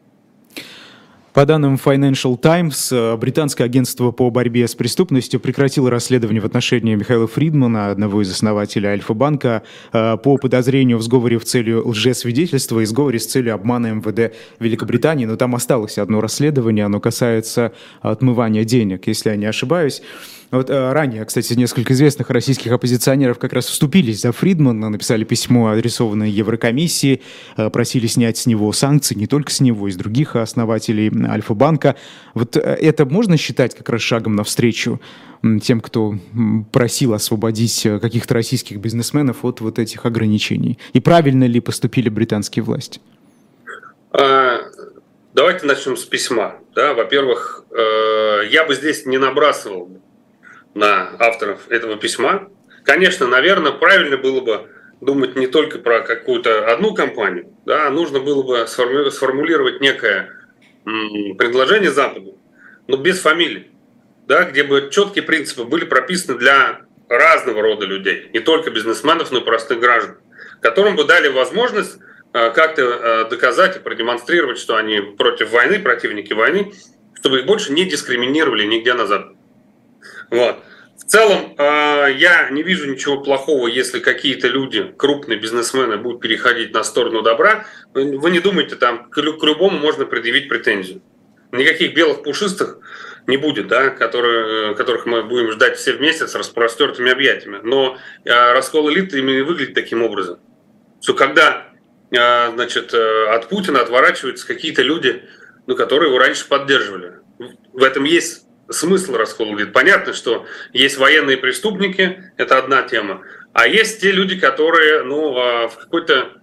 По данным Financial Times, британское агентство по борьбе с преступностью прекратило расследование в отношении Михаила Фридмана, одного из основателей Альфа-банка, по подозрению в сговоре в целью лжесвидетельства и сговоре с целью обмана эм вэ дэ Великобритании. Но там осталось одно расследование, оно касается отмывания денег, если я не ошибаюсь. Вот ранее, кстати, несколько известных российских оппозиционеров как раз вступились за Фридмана, написали письмо, адресованное Еврокомиссии, просили снять с него санкции, не только с него, и с других основателей Альфа-банка. Вот это можно считать как раз шагом навстречу тем, кто просил освободить каких-то российских бизнесменов от вот этих ограничений? И правильно ли поступили британские власти? Давайте начнем с письма. Да, во-первых, я бы здесь не набрасывал на авторов этого письма. Конечно, наверное, правильно было бы думать не только про какую-то одну компанию, да, нужно было бы сформулировать некое м, предложение Западу, но без фамилий, да, где бы четкие принципы были прописаны для разного рода людей, не только бизнесменов, но и простых граждан, которым бы дали возможность э, как-то э, доказать и продемонстрировать, что они против войны, противники войны, чтобы их больше не дискриминировали нигде на Западе. Вот. В целом, э, я не вижу ничего плохого, если какие-то люди, крупные бизнесмены, будут переходить на сторону добра. Вы, вы не думайте, там к, к любому можно предъявить претензию. Никаких белых пушистых не будет, да, которые, которых мы будем ждать все вместе с распростертыми объятиями. Но э, раскол элиты именно выглядит таким образом. что когда значит, от Путина отворачиваются какие-то люди, ну, которые его раньше поддерживали. В этом есть смысл раскола элит. Понятно, что есть военные преступники, это одна тема, а есть те люди, которые ну, в какой-то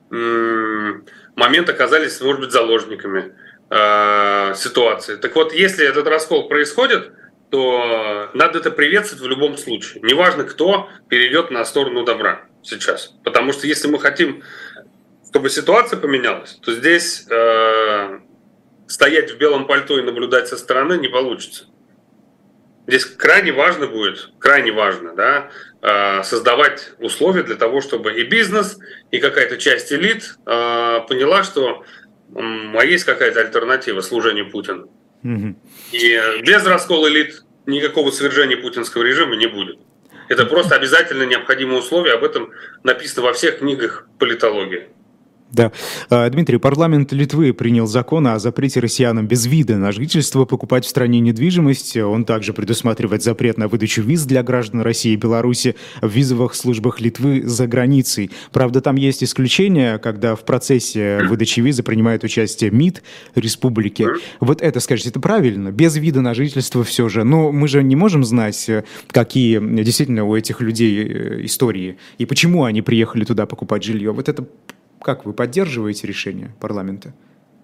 момент оказались, может быть, заложниками ситуации. Так вот, если этот раскол происходит, то надо это приветствовать в любом случае. Неважно, кто перейдет на сторону добра сейчас. Потому что если мы хотим, чтобы ситуация поменялась, то здесь э, стоять в белом пальто и наблюдать со стороны не получится. Здесь крайне важно будет, крайне важно, да, э, создавать условия для того, чтобы и бизнес, и какая-то часть элит э, поняла, что э, а есть какая-то альтернатива служению Путину. Mm-hmm. И без раскола элит никакого свержения путинского режима не будет. Это просто обязательно необходимое условие, об этом написано во всех книгах политологии. Да. Дмитрий, парламент Литвы принял закон о запрете россиянам без вида на жительство покупать в стране недвижимость. Он также предусматривает запрет на выдачу виз для граждан России и Беларуси в визовых службах Литвы за границей. Правда, там есть исключения, когда в процессе выдачи визы принимает участие МИД республики. Вот это, скажите, это правильно? Без вида на жительство все же. Но мы же не можем знать, какие действительно у этих людей истории и почему они приехали туда покупать жилье. Вот это... Как вы поддерживаете решение парламента?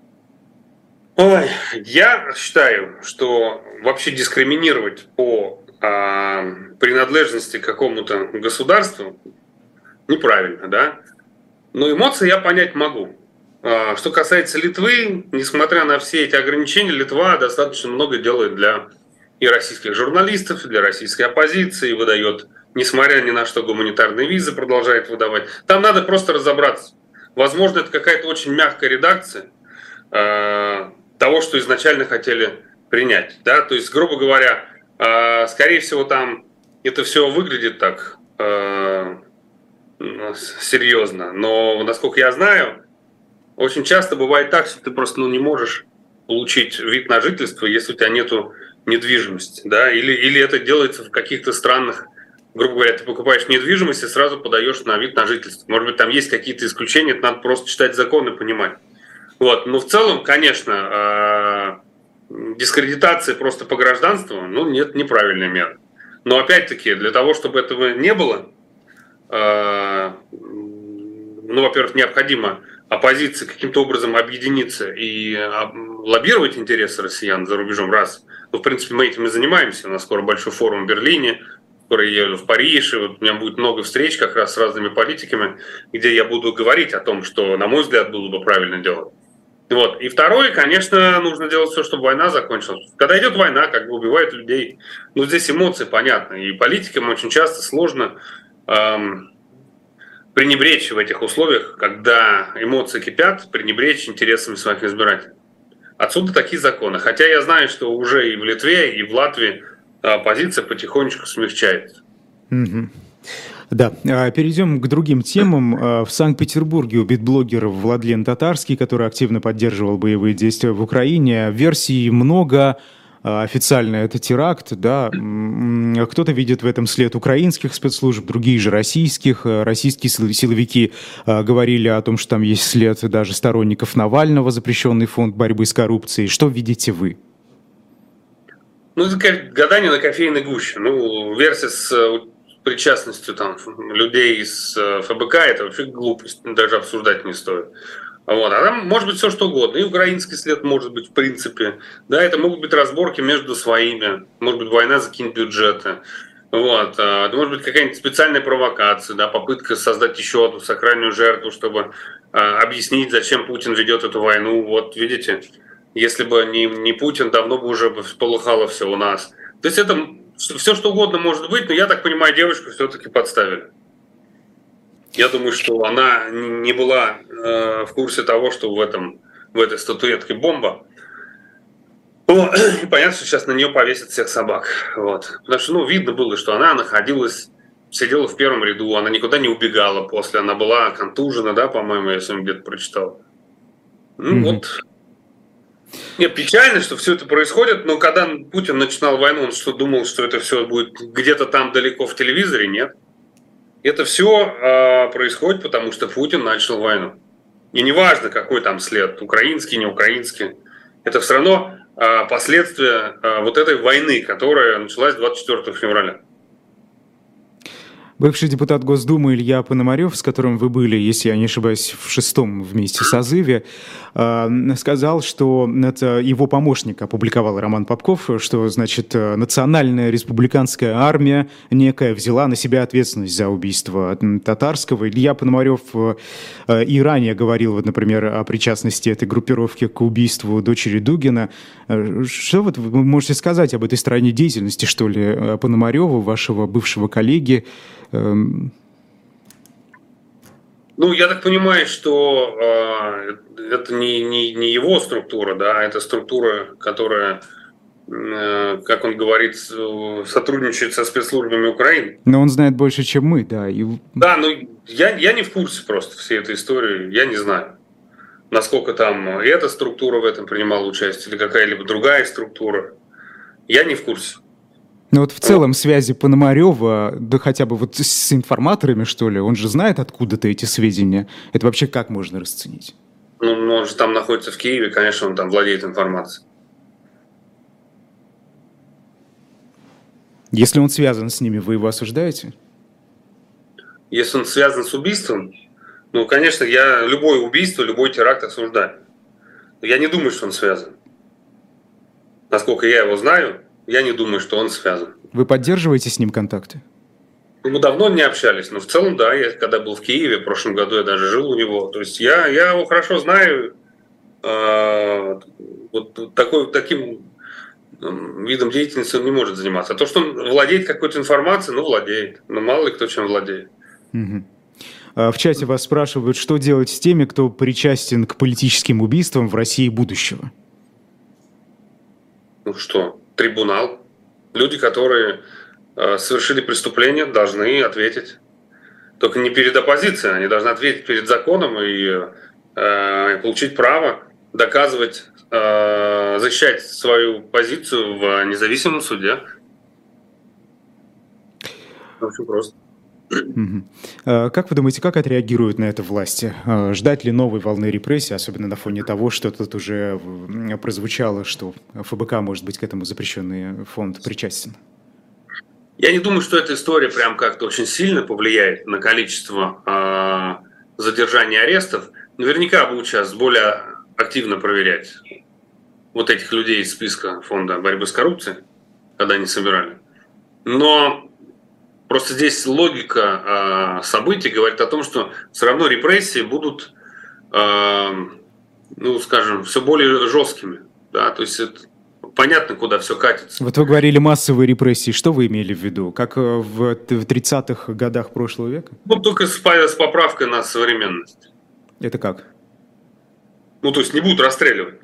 Ой, я считаю, что вообще дискриминировать по э, принадлежности к какому-то государству неправильно, да? Но эмоции я понять могу. Э, что касается Литвы, несмотря на все эти ограничения, Литва достаточно много делает для и российских журналистов, и для российской оппозиции, выдает, несмотря ни на что, гуманитарные визы продолжает выдавать. Там надо просто разобраться. Возможно, это какая-то очень мягкая редакция э, того, что изначально хотели принять. Да? То есть, грубо говоря, э, скорее всего, там это все выглядит так э, серьезно. Но, насколько я знаю, очень часто бывает так, что ты просто ну, не можешь получить вид на жительство, если у тебя нету недвижимости. Да? Или, или это делается в каких-то странных... Грубо говоря, ты покупаешь недвижимость и сразу подаешь на вид на жительство. Может быть, там есть какие-то исключения, это надо просто читать закон и понимать. Вот. Но в целом, конечно, дискредитация просто по гражданству, ну, нет, неправильная мера. Но опять-таки, для того, чтобы этого не было, ну, во-первых, необходимо оппозиции каким-то образом объединиться и лоббировать интересы россиян за рубежом, раз. Ну, в принципе, мы этим и занимаемся. У нас скоро большой форум в Берлине, который я в Париже, вот у меня будет много встреч как раз с разными политиками, где я буду говорить о том, что, на мой взгляд, было бы правильно делать. Вот. И второе, конечно, нужно делать все, чтобы война закончилась. Когда идет война, как бы убивают людей, ну, здесь эмоции понятны, и политикам очень часто сложно эм, пренебречь в этих условиях, когда эмоции кипят, пренебречь интересами своих избирателей. Отсюда такие законы. Хотя я знаю, что уже и в Литве, и в Латвии позиция потихонечку смягчается. Mm-hmm. Да, перейдем к другим темам. В Санкт-Петербурге убит блогер Владлен Татарский, который активно поддерживал боевые действия в Украине. Версий много. Официально это теракт, да. Кто-то видит в этом след украинских спецслужб, другие же российских. Российские силовики говорили о том, что там есть след даже сторонников Навального, запрещенный фонд борьбы с коррупцией. Что видите вы? Ну, это как гадание на кофейной гуще. Ну, версия с причастностью там, людей из эф бэ ка – это вообще глупость, даже обсуждать не стоит. Вот. А там может быть все что угодно. И украинский след может быть в принципе. Да, это могут быть разборки между своими. Может быть война за какие-нибудь бюджеты. Вот. Это может быть какая-нибудь специальная провокация, да, попытка создать еще одну сакральную жертву, чтобы а, объяснить, зачем Путин ведет эту войну. Вот видите, если бы не, не Путин, давно бы уже полыхало все у нас. То есть это все что угодно может быть, но я так понимаю, девочку все-таки подставили. Я думаю, что она не была э, в курсе того, что в, этом, в этой статуэтке бомба. Ну, и понятно, что сейчас на нее повесят всех собак. Вот. Потому что ну, видно было, что она находилась, сидела в первом ряду, она никуда не убегала после, она была контужена, да, по-моему, я сегодня где-то прочитал. Ну mm-hmm. вот. Нет, печально, что все это происходит, но когда Путин начинал войну, он что, думал, что это все будет где-то там далеко в телевизоре? Нет. Это все происходит, потому что Путин начал войну. И неважно, какой там след, украинский, не украинский, это все равно последствия вот этой войны, которая началась двадцать четвёртого февраля. Бывший депутат Госдумы Илья Пономарев, с которым вы были, если я не ошибаюсь, в шестом вместе созыве, сказал, что это его помощник опубликовал Роман Попков, что, значит, национальная республиканская армия некая взяла на себя ответственность за убийство Татарского. Илья Пономарев и ранее говорил, вот, например, о причастности этой группировки к убийству дочери Дугина. Что вот вы можете сказать об этой стороне деятельности, что ли, Пономарева, вашего бывшего коллеги? Ну, я так понимаю, что э, это не, не, не его структура, да, это структура, которая, э, как он говорит, сотрудничает со спецслужбами Украины. Но он знает больше, чем мы, да. И... Да, но я, я не в курсе просто всей этой истории, я не знаю, насколько там эта структура в этом принимала участие или какая-либо другая структура. Я не в курсе. Ну вот в целом связи Пономарева, да хотя бы вот с информаторами, что ли, он же знает откуда-то эти сведения. Это вообще как можно расценить? Ну, он же там находится в Киеве, конечно, он там владеет информацией. Если он связан с ними, вы его осуждаете? Если он связан с убийством, ну, конечно, я любое убийство, любой теракт осуждаю. Но я не думаю, что он связан. Насколько я его знаю, я не думаю, что он связан. Вы поддерживаете с ним контакты? Мы давно не общались, но в целом, да, я когда был в Киеве, в прошлом году я даже жил у него. То есть я, я его хорошо знаю. Э, вот такой, таким видом деятельности он не может заниматься. А то, что он владеет какой-то информацией, ну, владеет. Но мало ли кто чем владеет. Угу. В чате вас спрашивают, что делать с теми, кто причастен к политическим убийствам в России будущего? Ну что, трибунал. Люди, которые э, совершили преступление, должны ответить. Только не перед оппозицией, они должны ответить перед законом и э, получить право доказывать, э, защищать свою позицию в независимом суде. Очень просто. Угу. Как вы думаете, как отреагируют на это власти? Ждать ли новой волны репрессий, особенно на фоне того, что тут уже прозвучало, что ФБК, может быть, к этому запрещенный фонд причастен? Я не думаю, что эта история прям как-то очень сильно повлияет на количество э, задержаний и арестов. Наверняка будут сейчас более активно проверять вот этих людей из списка фонда борьбы с коррупцией, когда они собирали. Но просто здесь логика э, событий говорит о том, что все равно репрессии будут, э, ну, скажем, все более жесткими. Да? То есть это понятно, куда все катится. Вот вы говорили массовые репрессии. Что вы имели в виду? Как в тридцатых годах прошлого века? Ну, только с, с поправкой на современность. Это как? Ну, то есть не будут расстреливать.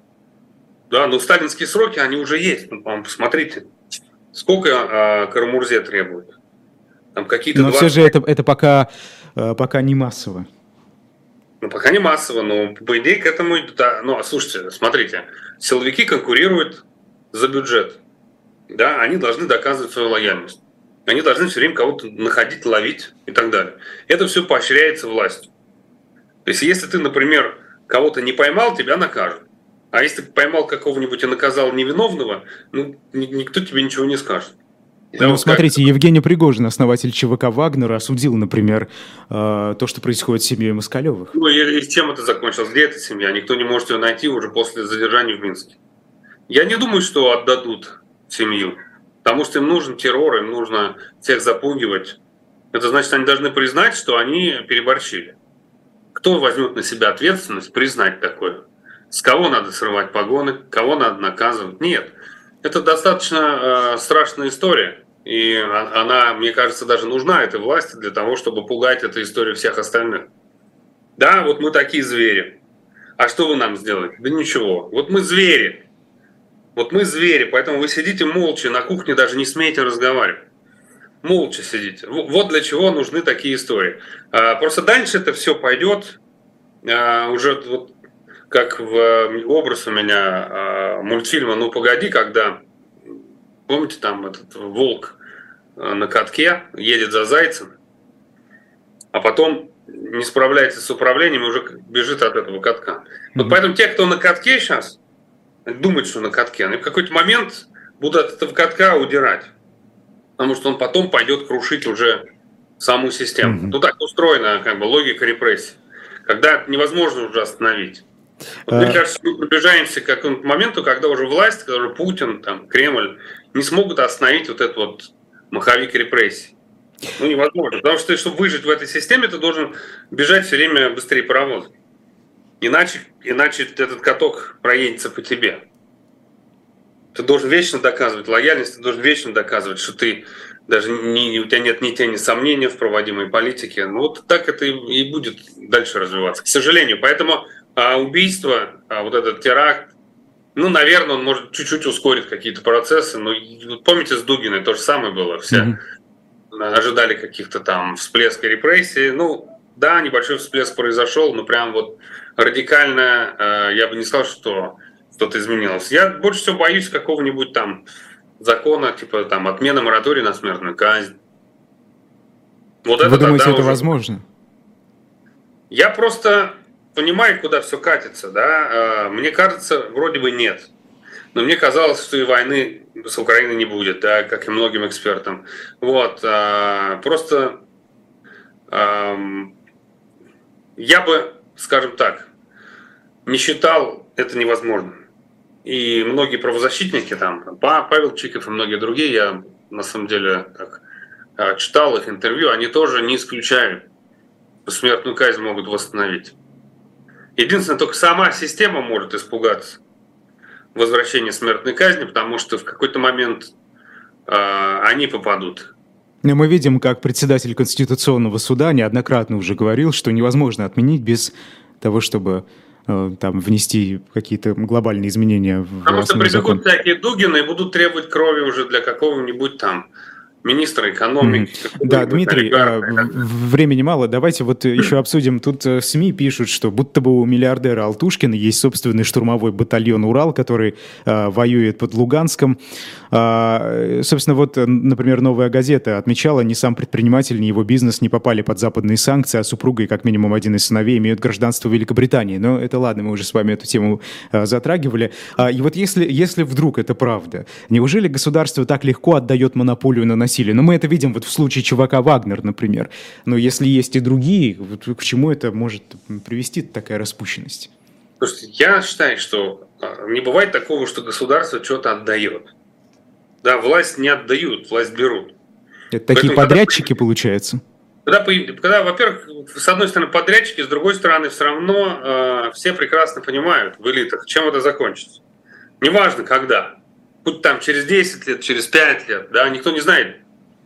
Да, но сталинские сроки, они уже есть. Ну, посмотрите, сколько э, Карамурзе требует. Там какие-то но двадцать... все же это, это пока, пока не массово. Ну, пока не массово, но по идее к этому... Да, ну, слушайте, смотрите, силовики конкурируют за бюджет. Да, они должны доказывать свою лояльность. Они должны все время кого-то находить, ловить и так далее. Это все поощряется властью. То есть, если ты, например, кого-то не поймал, тебя накажут. А если ты поймал какого-нибудь и наказал невиновного, ну, никто тебе ничего не скажет. Да, ну, вот смотрите, как... Евгений Пригожин, основатель ЧВК «Вагнер», осудил, например, э, то, что происходит с семьей Москалевых. Ну, и, и чем это закончилось? Где эта семья? Никто не может ее найти уже после задержания в Минске. Я не думаю, что отдадут семью, потому что им нужен террор, им нужно всех запугивать. Это значит, они должны признать, что они переборщили. Кто возьмет на себя ответственность признать такое? С кого надо срывать погоны, кого надо наказывать? Нет. Это достаточно э, страшная история. И она, мне кажется, даже нужна этой власти для того, чтобы пугать этой историей всех остальных. Да, вот мы такие звери. А что вы нам сделаете? Да ничего. Вот мы звери. Вот мы звери, поэтому вы сидите молча, на кухне даже не смеете разговаривать. Молча сидите. Вот для чего нужны такие истории. Просто дальше это все пойдет уже вот как в образ у меня мультфильма «Ну погоди», когда, помните, там этот волк на катке едет за зайцем, а потом не справляется с управлением и уже бежит от этого катка. Вот поэтому те, кто на катке сейчас, думают, что на катке, они в какой-то момент будут от этого катка удирать. Потому что он потом пойдет крушить уже саму систему. Mm-hmm. Ну так устроена как бы логика репрессий. Когда невозможно уже остановить. Вот, uh... Мне кажется, мы приближаемся к какому-то моменту, когда уже власть, когда уже Путин, там, Кремль не смогут остановить вот этот вот маховик репрессий. Ну невозможно. Потому что, чтобы выжить в этой системе, ты должен бежать все время быстрее паровоза. Иначе, иначе этот каток проедется по тебе. Ты должен вечно доказывать лояльность, ты должен вечно доказывать, что ты даже не, у тебя нет ни тени сомнений в проводимой политике. Ну вот так это и будет дальше развиваться, к сожалению. Поэтому а, убийство, а, вот этот теракт, ну, наверное, он может чуть-чуть ускорить какие-то процессы. Но помните, с Дугиной то же самое было. Все mm-hmm. ожидали каких-то там всплеска репрессий. Ну, да, небольшой всплеск произошел, но прям вот радикально, а, я бы не сказал, что что-то изменилось. Я больше всего боюсь какого-нибудь там закона, типа там отмена моратория на смертную казнь. Вот Вы это думаете, это уже... возможно? Я просто понимаю, куда все катится, да. Мне кажется, вроде бы нет. Но мне казалось, что и войны с Украиной не будет, да, как и многим экспертам. Вот. Просто я бы, скажем так, не считал это невозможным. И многие правозащитники, там, Павел Чиков и многие другие, я на самом деле так, читал их интервью, они тоже не исключают, что смертную казнь могут восстановить. Единственное, только сама система может испугаться возвращения смертной казни, потому что в какой-то момент э, они попадут. Но мы видим, как председатель Конституционного суда неоднократно уже говорил, что невозможно отменить без того, чтобы там внести какие-то глобальные изменения в Потому что прибегут всякие Дугины и будут требовать крови уже для какого-нибудь там министра экономики. Mm-hmm. Да, Дмитрий, олигарха, да. Времени мало. Давайте вот еще обсудим. Тут СМИ пишут, что будто бы у миллиардера Алтушкина есть собственный штурмовой батальон «Урал», который а, воюет под Луганском. А, собственно, вот, например, «Новая газета» отмечала, ни сам предприниматель, ни его бизнес не попали под западные санкции, а супруга и как минимум один из сыновей имеют гражданство Великобритании. Но это ладно, мы уже с вами эту тему а, затрагивали. А, и вот если, если вдруг это правда, неужели государство так легко отдает монополию на насилие? Но мы это видим вот в случае чувака Вагнер, например. Но если есть и другие, вот к чему это может привести, такая распущенность? Слушайте, я считаю, что не бывает такого, что государство что-то отдает. Да, власть не отдают, власть берут. Это такие Поэтому, подрядчики, когда, получается? Когда, когда, во-первых, с одной стороны подрядчики, с другой стороны все равно э, все прекрасно понимают в элитах, чем это закончится. Неважно, когда. Будь там через десять лет, через пять лет, да, никто не знает.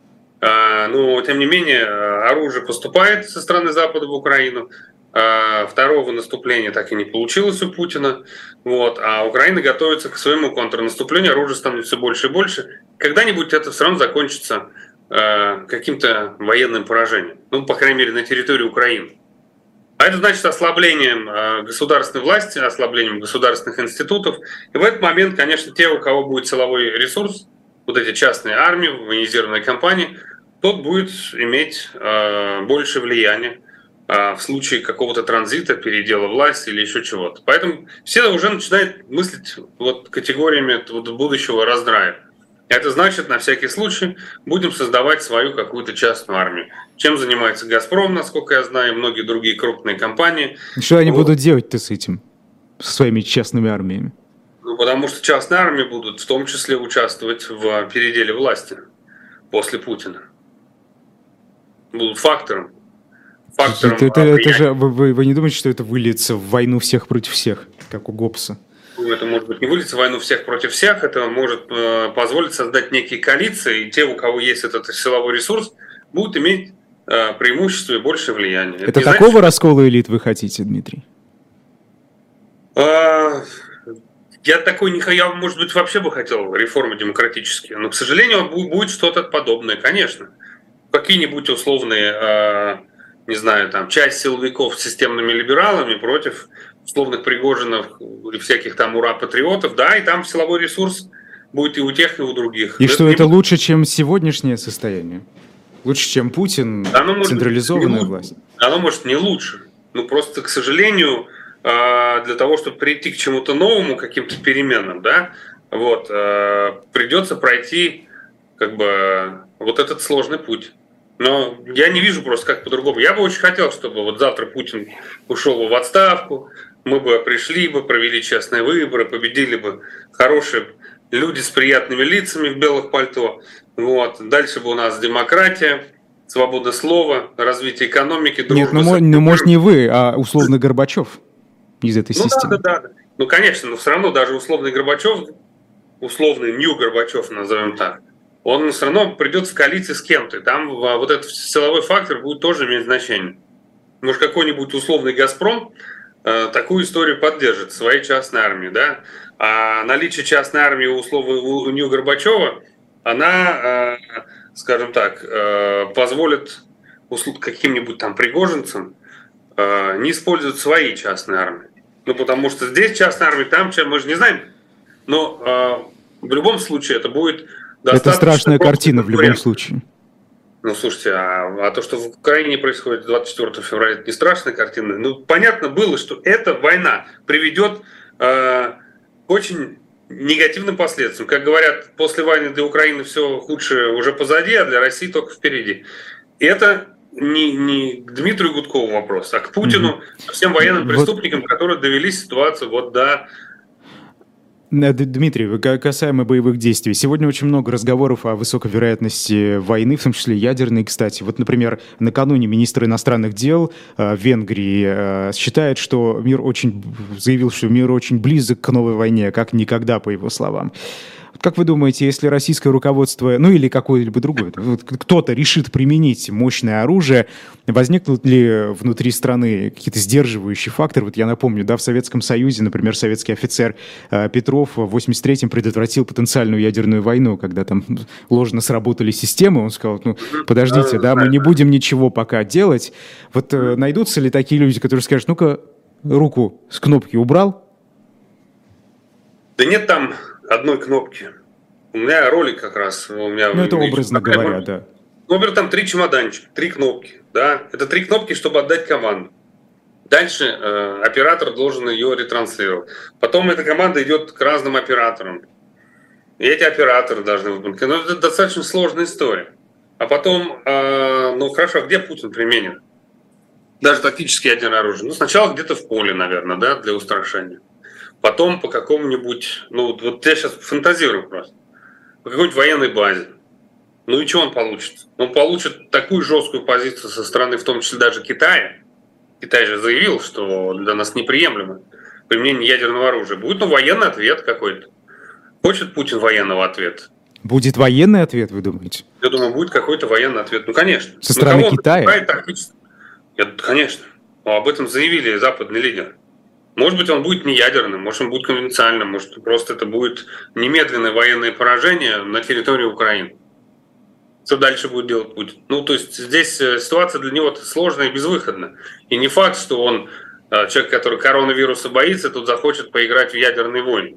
Но, тем не менее, оружие поступает со стороны Запада в Украину. Второго наступления так и не получилось у Путина. Вот. А Украина готовится к своему контрнаступлению. Оружие становится все больше и больше. Когда-нибудь это все равно закончится каким-то военным поражением. Ну, по крайней мере, на территории Украины. А это значит ослаблением государственной власти, ослаблением государственных институтов. И в этот момент, конечно, те, у кого будет силовой ресурс, вот эти частные армии, военизированные компании, тот будет иметь э, больше влияния э, в случае какого-то транзита, передела власти или еще чего-то. Поэтому все уже начинают мыслить вот категориями вот будущего раздрая. Это значит, на всякий случай, будем создавать свою какую-то частную армию. Чем занимается «Газпром», насколько я знаю, и многие другие крупные компании. Что они вот. будут делать-то с этим, со своими частными армиями? Ну, потому что частные армии будут в том числе участвовать в переделе власти после Путина. Будут фактором. фактором это, это, это же, вы, вы не думаете, что это выльется в войну всех против всех, как у Гоббса? Это может быть не выльется в войну всех против всех, это может э, позволить создать некие коалиции, и те, у кого есть этот силовой ресурс, будут иметь э, преимущество и большее влияние. Это, это такого значит, раскола элит вы хотите, Дмитрий? Э, я такой не я, может быть, вообще бы хотел реформы демократические, но, к сожалению, будет что-то подобное, конечно. Какие-нибудь условные, э, не знаю, там, часть силовиков с системными либералами против условных Пригожинов или всяких там ура-патриотов, да, и там силовой ресурс будет и у тех, и у других. И это что, это будет... лучше, чем сегодняшнее состояние? Лучше, чем Путин, оно централизованная власть? Оно может не лучше. Ну, просто, к сожалению, для того, чтобы прийти к чему-то новому, каким-то переменам, да, вот, придется пройти как бы вот этот сложный путь. Но я не вижу просто как по-другому. Я бы очень хотел, чтобы вот завтра Путин ушел в отставку, мы бы пришли бы, провели честные выборы, победили бы хорошие люди с приятными лицами в белых пальто. Вот. Дальше бы у нас демократия, свобода слова, развитие экономики, дружба. Нет, ну, мо- ну может не вы, а условно Горбачев из этой ну, системы. Да, да, да. Ну, конечно, но все равно даже условный Горбачев, условный Нью Горбачев, назовем так, он все равно придет в коалиции с кем-то. И там вот этот силовой фактор будет тоже иметь значение. Может, какой-нибудь условный «Газпром» э, такую историю поддержит своей частной армией, да? А наличие частной армии у, условно, у Нью Горбачева, она, э, скажем так, э, позволит каким-нибудь там пригожинцам э, не использовать свои частные армии. Ну, потому что здесь частная армия, там, мы же не знаем. Но э, в любом случае это будет... Это страшная картина в любом случае. Ну, слушайте, а, а то, что в Украине происходит двадцать четвёртого февраля, это не страшная картина. Ну, понятно было, что эта война приведет э, к очень негативным последствиям. Как говорят, после войны для Украины все худшее уже позади, а для России только впереди. И это не, не к Дмитрию Гудкову вопрос, а к Путину, mm-hmm. всем военным преступникам, вот. которые довели ситуацию вот до... Дмитрий, касаемо боевых действий. Сегодня очень много разговоров о высокой вероятности войны, в том числе ядерной, кстати. Вот, например, накануне министр иностранных дел э, Венгрии э, считает, что мир очень... заявил, что мир очень близок к новой войне, как никогда, по его словам. Как вы думаете, если российское руководство, ну или какое-либо другое, кто-то решит применить мощное оружие, возникнут ли внутри страны какие-то сдерживающие факторы? Вот я напомню, да, в Советском Союзе, например, советский офицер э, Петров в восемьдесят третьем предотвратил потенциальную ядерную войну, когда там ложно сработали системы, он сказал, ну, подождите, да, мы не будем ничего пока делать. Вот э, найдутся ли такие люди, которые скажут, ну-ка, руку с кнопки убрал? Да нет там... одной кнопки. У меня ролик как раз. У меня ну, это образно говоря, да. Ну, например, там три чемоданчика, три кнопки. Да? Это три кнопки, чтобы отдать команду. Дальше э, оператор должен ее ретранслировать. Потом эта команда идет к разным операторам. И эти операторы должны выполнить. Но это достаточно сложная история. А потом, э, ну хорошо, где Путин применит? Даже тактическое ядерное оружие. Ну, сначала где-то в поле, наверное, да, для устрашения. Потом по какому-нибудь, ну вот я сейчас фантазирую просто, по какой-нибудь военной базе. Ну и что он получит? Он получит такую жесткую позицию со стороны, в том числе даже Китая. Китай же заявил, что для нас неприемлемо применение ядерного оружия. Будет, ну, военный ответ какой-то. Хочет Путин военного ответа? Будет военный ответ, вы думаете? Я думаю, будет какой-то военный ответ. Ну, конечно. Со стороны ну, Китая? Я, конечно. Но об этом заявили западные лидеры. Может быть, он будет не ядерным, может, он будет конвенциальным, может, просто это будет немедленное военное поражение на территории Украины. Что дальше будет делать Путин? Ну, то есть здесь ситуация для него сложная и безвыходная. И не факт, что он, человек, который коронавируса боится, тут захочет поиграть в ядерные войны.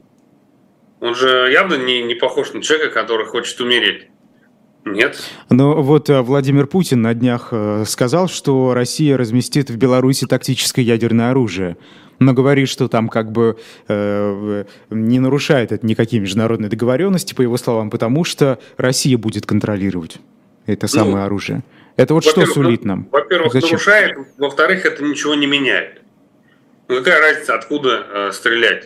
Он же явно не, не похож на человека, который хочет умереть. Нет. Но вот Владимир Путин на днях сказал, что Россия разместит в Беларуси тактическое ядерное оружие. Но говорит, что там как бы э, не нарушает это никакие международные договоренности, по его словам, потому что Россия будет контролировать это самое ну, оружие. Это вот что сулит нам? Во-первых, Зачем? нарушает, во-вторых, это ничего не меняет. Ну какая разница, откуда э, стрелять?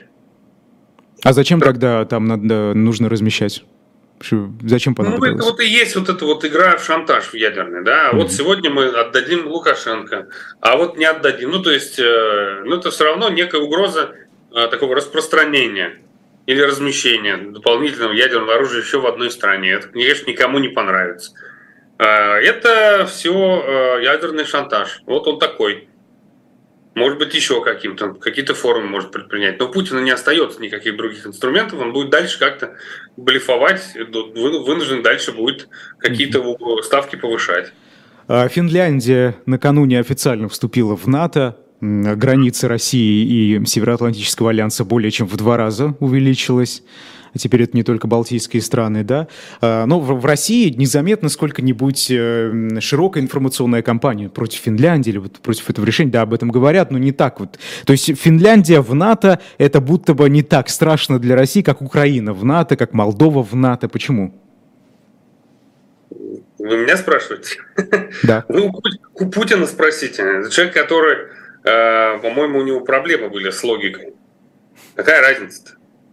А зачем да. тогда там надо, нужно размещать? Зачем понадобилось? Ну, это вот и есть вот эта вот игра в шантаж в ядерный, да. Mm-hmm. Вот сегодня мы отдадим Лукашенко, а вот не отдадим. Ну, то есть, э, ну, это все равно некая угроза э, такого распространения или размещения дополнительного ядерного оружия еще в одной стране. Это, конечно, никому не понравится. Э, это все э, ядерный шантаж. Вот он такой. Может быть, еще каким-то, какие-то формы может предпринять. Но у Путина не остается никаких других инструментов. Он будет дальше как-то блефовать, вынужден дальше будет какие-то ставки повышать. Финляндия накануне официально вступила в НАТО. граница России и Североатлантического альянса более чем в два раза увеличилась. Теперь это не только балтийские страны, да. Но в России незаметно сколько-нибудь широкая информационная кампания против Финляндии или вот против этого решения, да, об этом говорят, но не так вот. То есть Финляндия в НАТО — это будто бы не так страшно для России, как Украина в НАТО, как Молдова в НАТО. Почему? Вы меня спрашиваете? Да. Ну, у Путина спросите. Это человек, который, э, по-моему, у него проблемы были с логикой. Какая разница-то?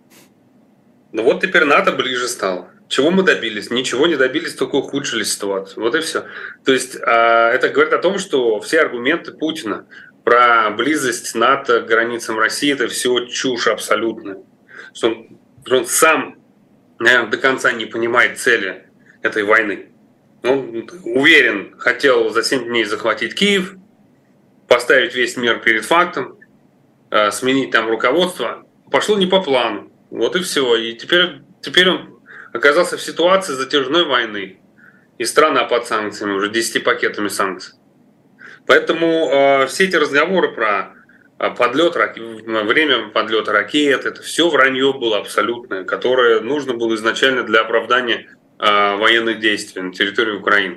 Ну вот теперь НАТО ближе стало. Чего мы добились? Ничего не добились, только ухудшили ситуацию. Вот и все. То есть э, это говорит о том, что все аргументы Путина про близость НАТО к границам России — это все чушь абсолютная. Что он, что он сам, наверное, до конца не понимает цели этой войны. Он уверен, хотел за семь дней захватить Киев, поставить весь мир перед фактом, сменить там руководство. Пошло не по плану. Вот и все. И теперь, теперь он оказался в ситуации затяжной войны. И страна под санкциями, уже десятью пакетами санкций. Поэтому э, все эти разговоры про подлет, время подлета ракет, это все вранье было абсолютное, которое нужно было изначально для оправдания военных действий на территории Украины.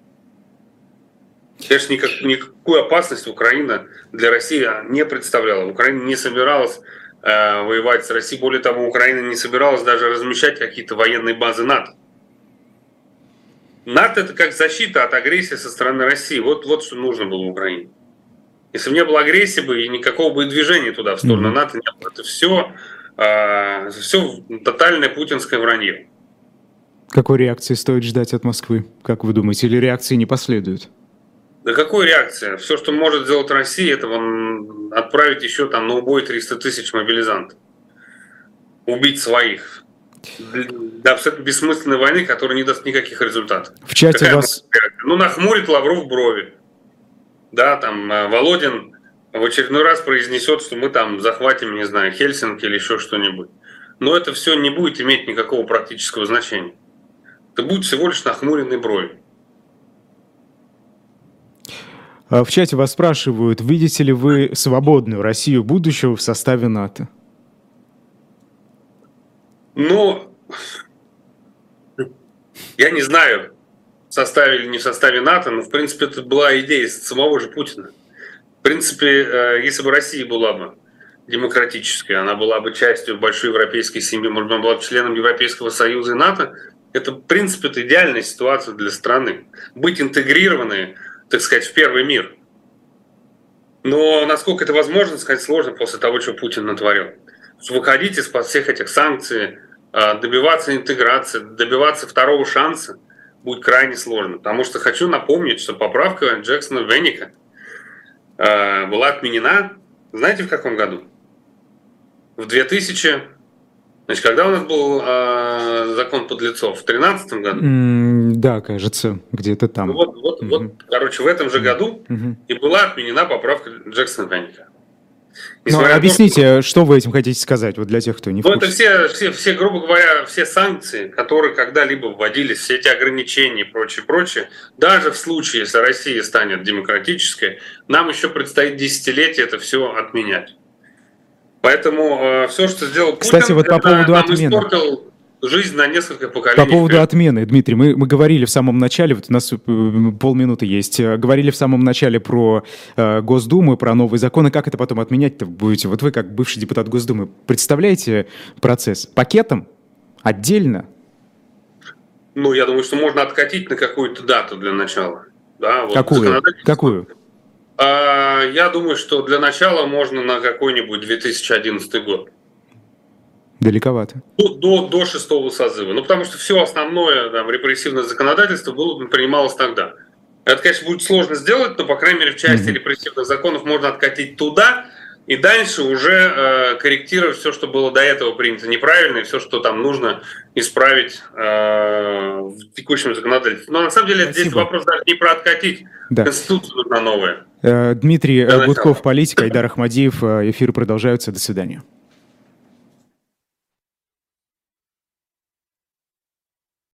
Конечно, никак, никакую опасность Украина для России не представляла. Украина не собиралась э, воевать с Россией. Более того, Украина не собиралась даже размещать какие-то военные базы НАТО. НАТО — это как защита от агрессии со стороны России. Вот, вот что нужно было Украине. Если бы не было агрессии, бы, и никакого бы движения туда, в сторону mm-hmm. НАТО, не было. Это все, э, все тотальное путинское вранье. Какой реакции стоит ждать от Москвы, как вы думаете, или реакции не последует? Да какой реакция? Все, что может сделать Россия, это вон, отправить еще там на убой триста тысяч мобилизантов. Убить своих. До абсолютно бессмысленной войны, которая не даст никаких результатов. В чате Какая вас... Ну, нахмурит Лавров брови. Да, там Володин в очередной раз произнесет, что мы там захватим, не знаю, Хельсинки или еще что-нибудь. Но это все не будет иметь никакого практического значения. Это будет всего лишь нахмуренные брови. В чате вас спрашивают, видите ли вы свободную Россию будущего в составе НАТО? Ну, я не знаю, в составе или не в составе НАТО, но, в принципе, это была идея самого же Путина. В принципе, если бы Россия была бы демократической, она была бы частью большой европейской семьи, может быть, она была бы членом Европейского Союза и НАТО, это, в принципе, это идеальная ситуация для страны. Быть интегрированной, так сказать, в первый мир. Но насколько это возможно, сказать сложно после того, что Путин натворил. Выходить из-под всех этих санкций, добиваться интеграции, добиваться второго шанса будет крайне сложно. Потому что хочу напомнить, что поправка Джексона-Веника была отменена, знаете, в каком году? В две тысячи... Значит, когда у нас был э, закон подлецов? В тринадцатом году? Mm, да, кажется, где-то там. Ну, вот, вот, mm-hmm. вот, короче, в этом же году mm-hmm. и была отменена поправка Джексона-Веника. Ну, объясните, то, что вы этим хотите сказать, вот для тех, кто не в курсе. Ну, это все, все, все, грубо говоря, все санкции, которые когда-либо вводились, все эти ограничения и прочее, прочее, даже в случае, если Россия станет демократической, нам еще предстоит десятилетие это все отменять. Поэтому э, все, что сделал Путин, Кстати, вот по это поводу нам отмены. испортил жизнь на несколько поколений. По поводу вперед. Отмены, Дмитрий, мы, мы говорили в самом начале, вот у нас полминуты есть, говорили в самом начале про э, Госдуму, про новые законы. Как это потом отменять-то будете? Вот вы, как бывший депутат Госдумы, представляете процесс пакетом отдельно? Ну, я думаю, что можно откатить на какую-то дату для начала. Да, вот Какую? Какую? Я думаю, что для начала можно на какой-нибудь две тысячи одиннадцатый год. Далековато. До, до, до шестого созыва. Ну, потому что все основное там, репрессивное законодательство было, принималось тогда. Это, конечно, будет сложно сделать, но, по крайней мере, в части mm-hmm. репрессивных законов можно откатить туда и дальше уже э, корректировать все, что было до этого принято неправильно, и все, что там нужно исправить э, в текущем законодательстве. Но на самом деле Спасибо. Здесь вопрос даже не про откатить. Да. Конституция нужна новая. Дмитрий Гудков, политик, Айдар Ахмадиев. Эфиры продолжаются. До свидания.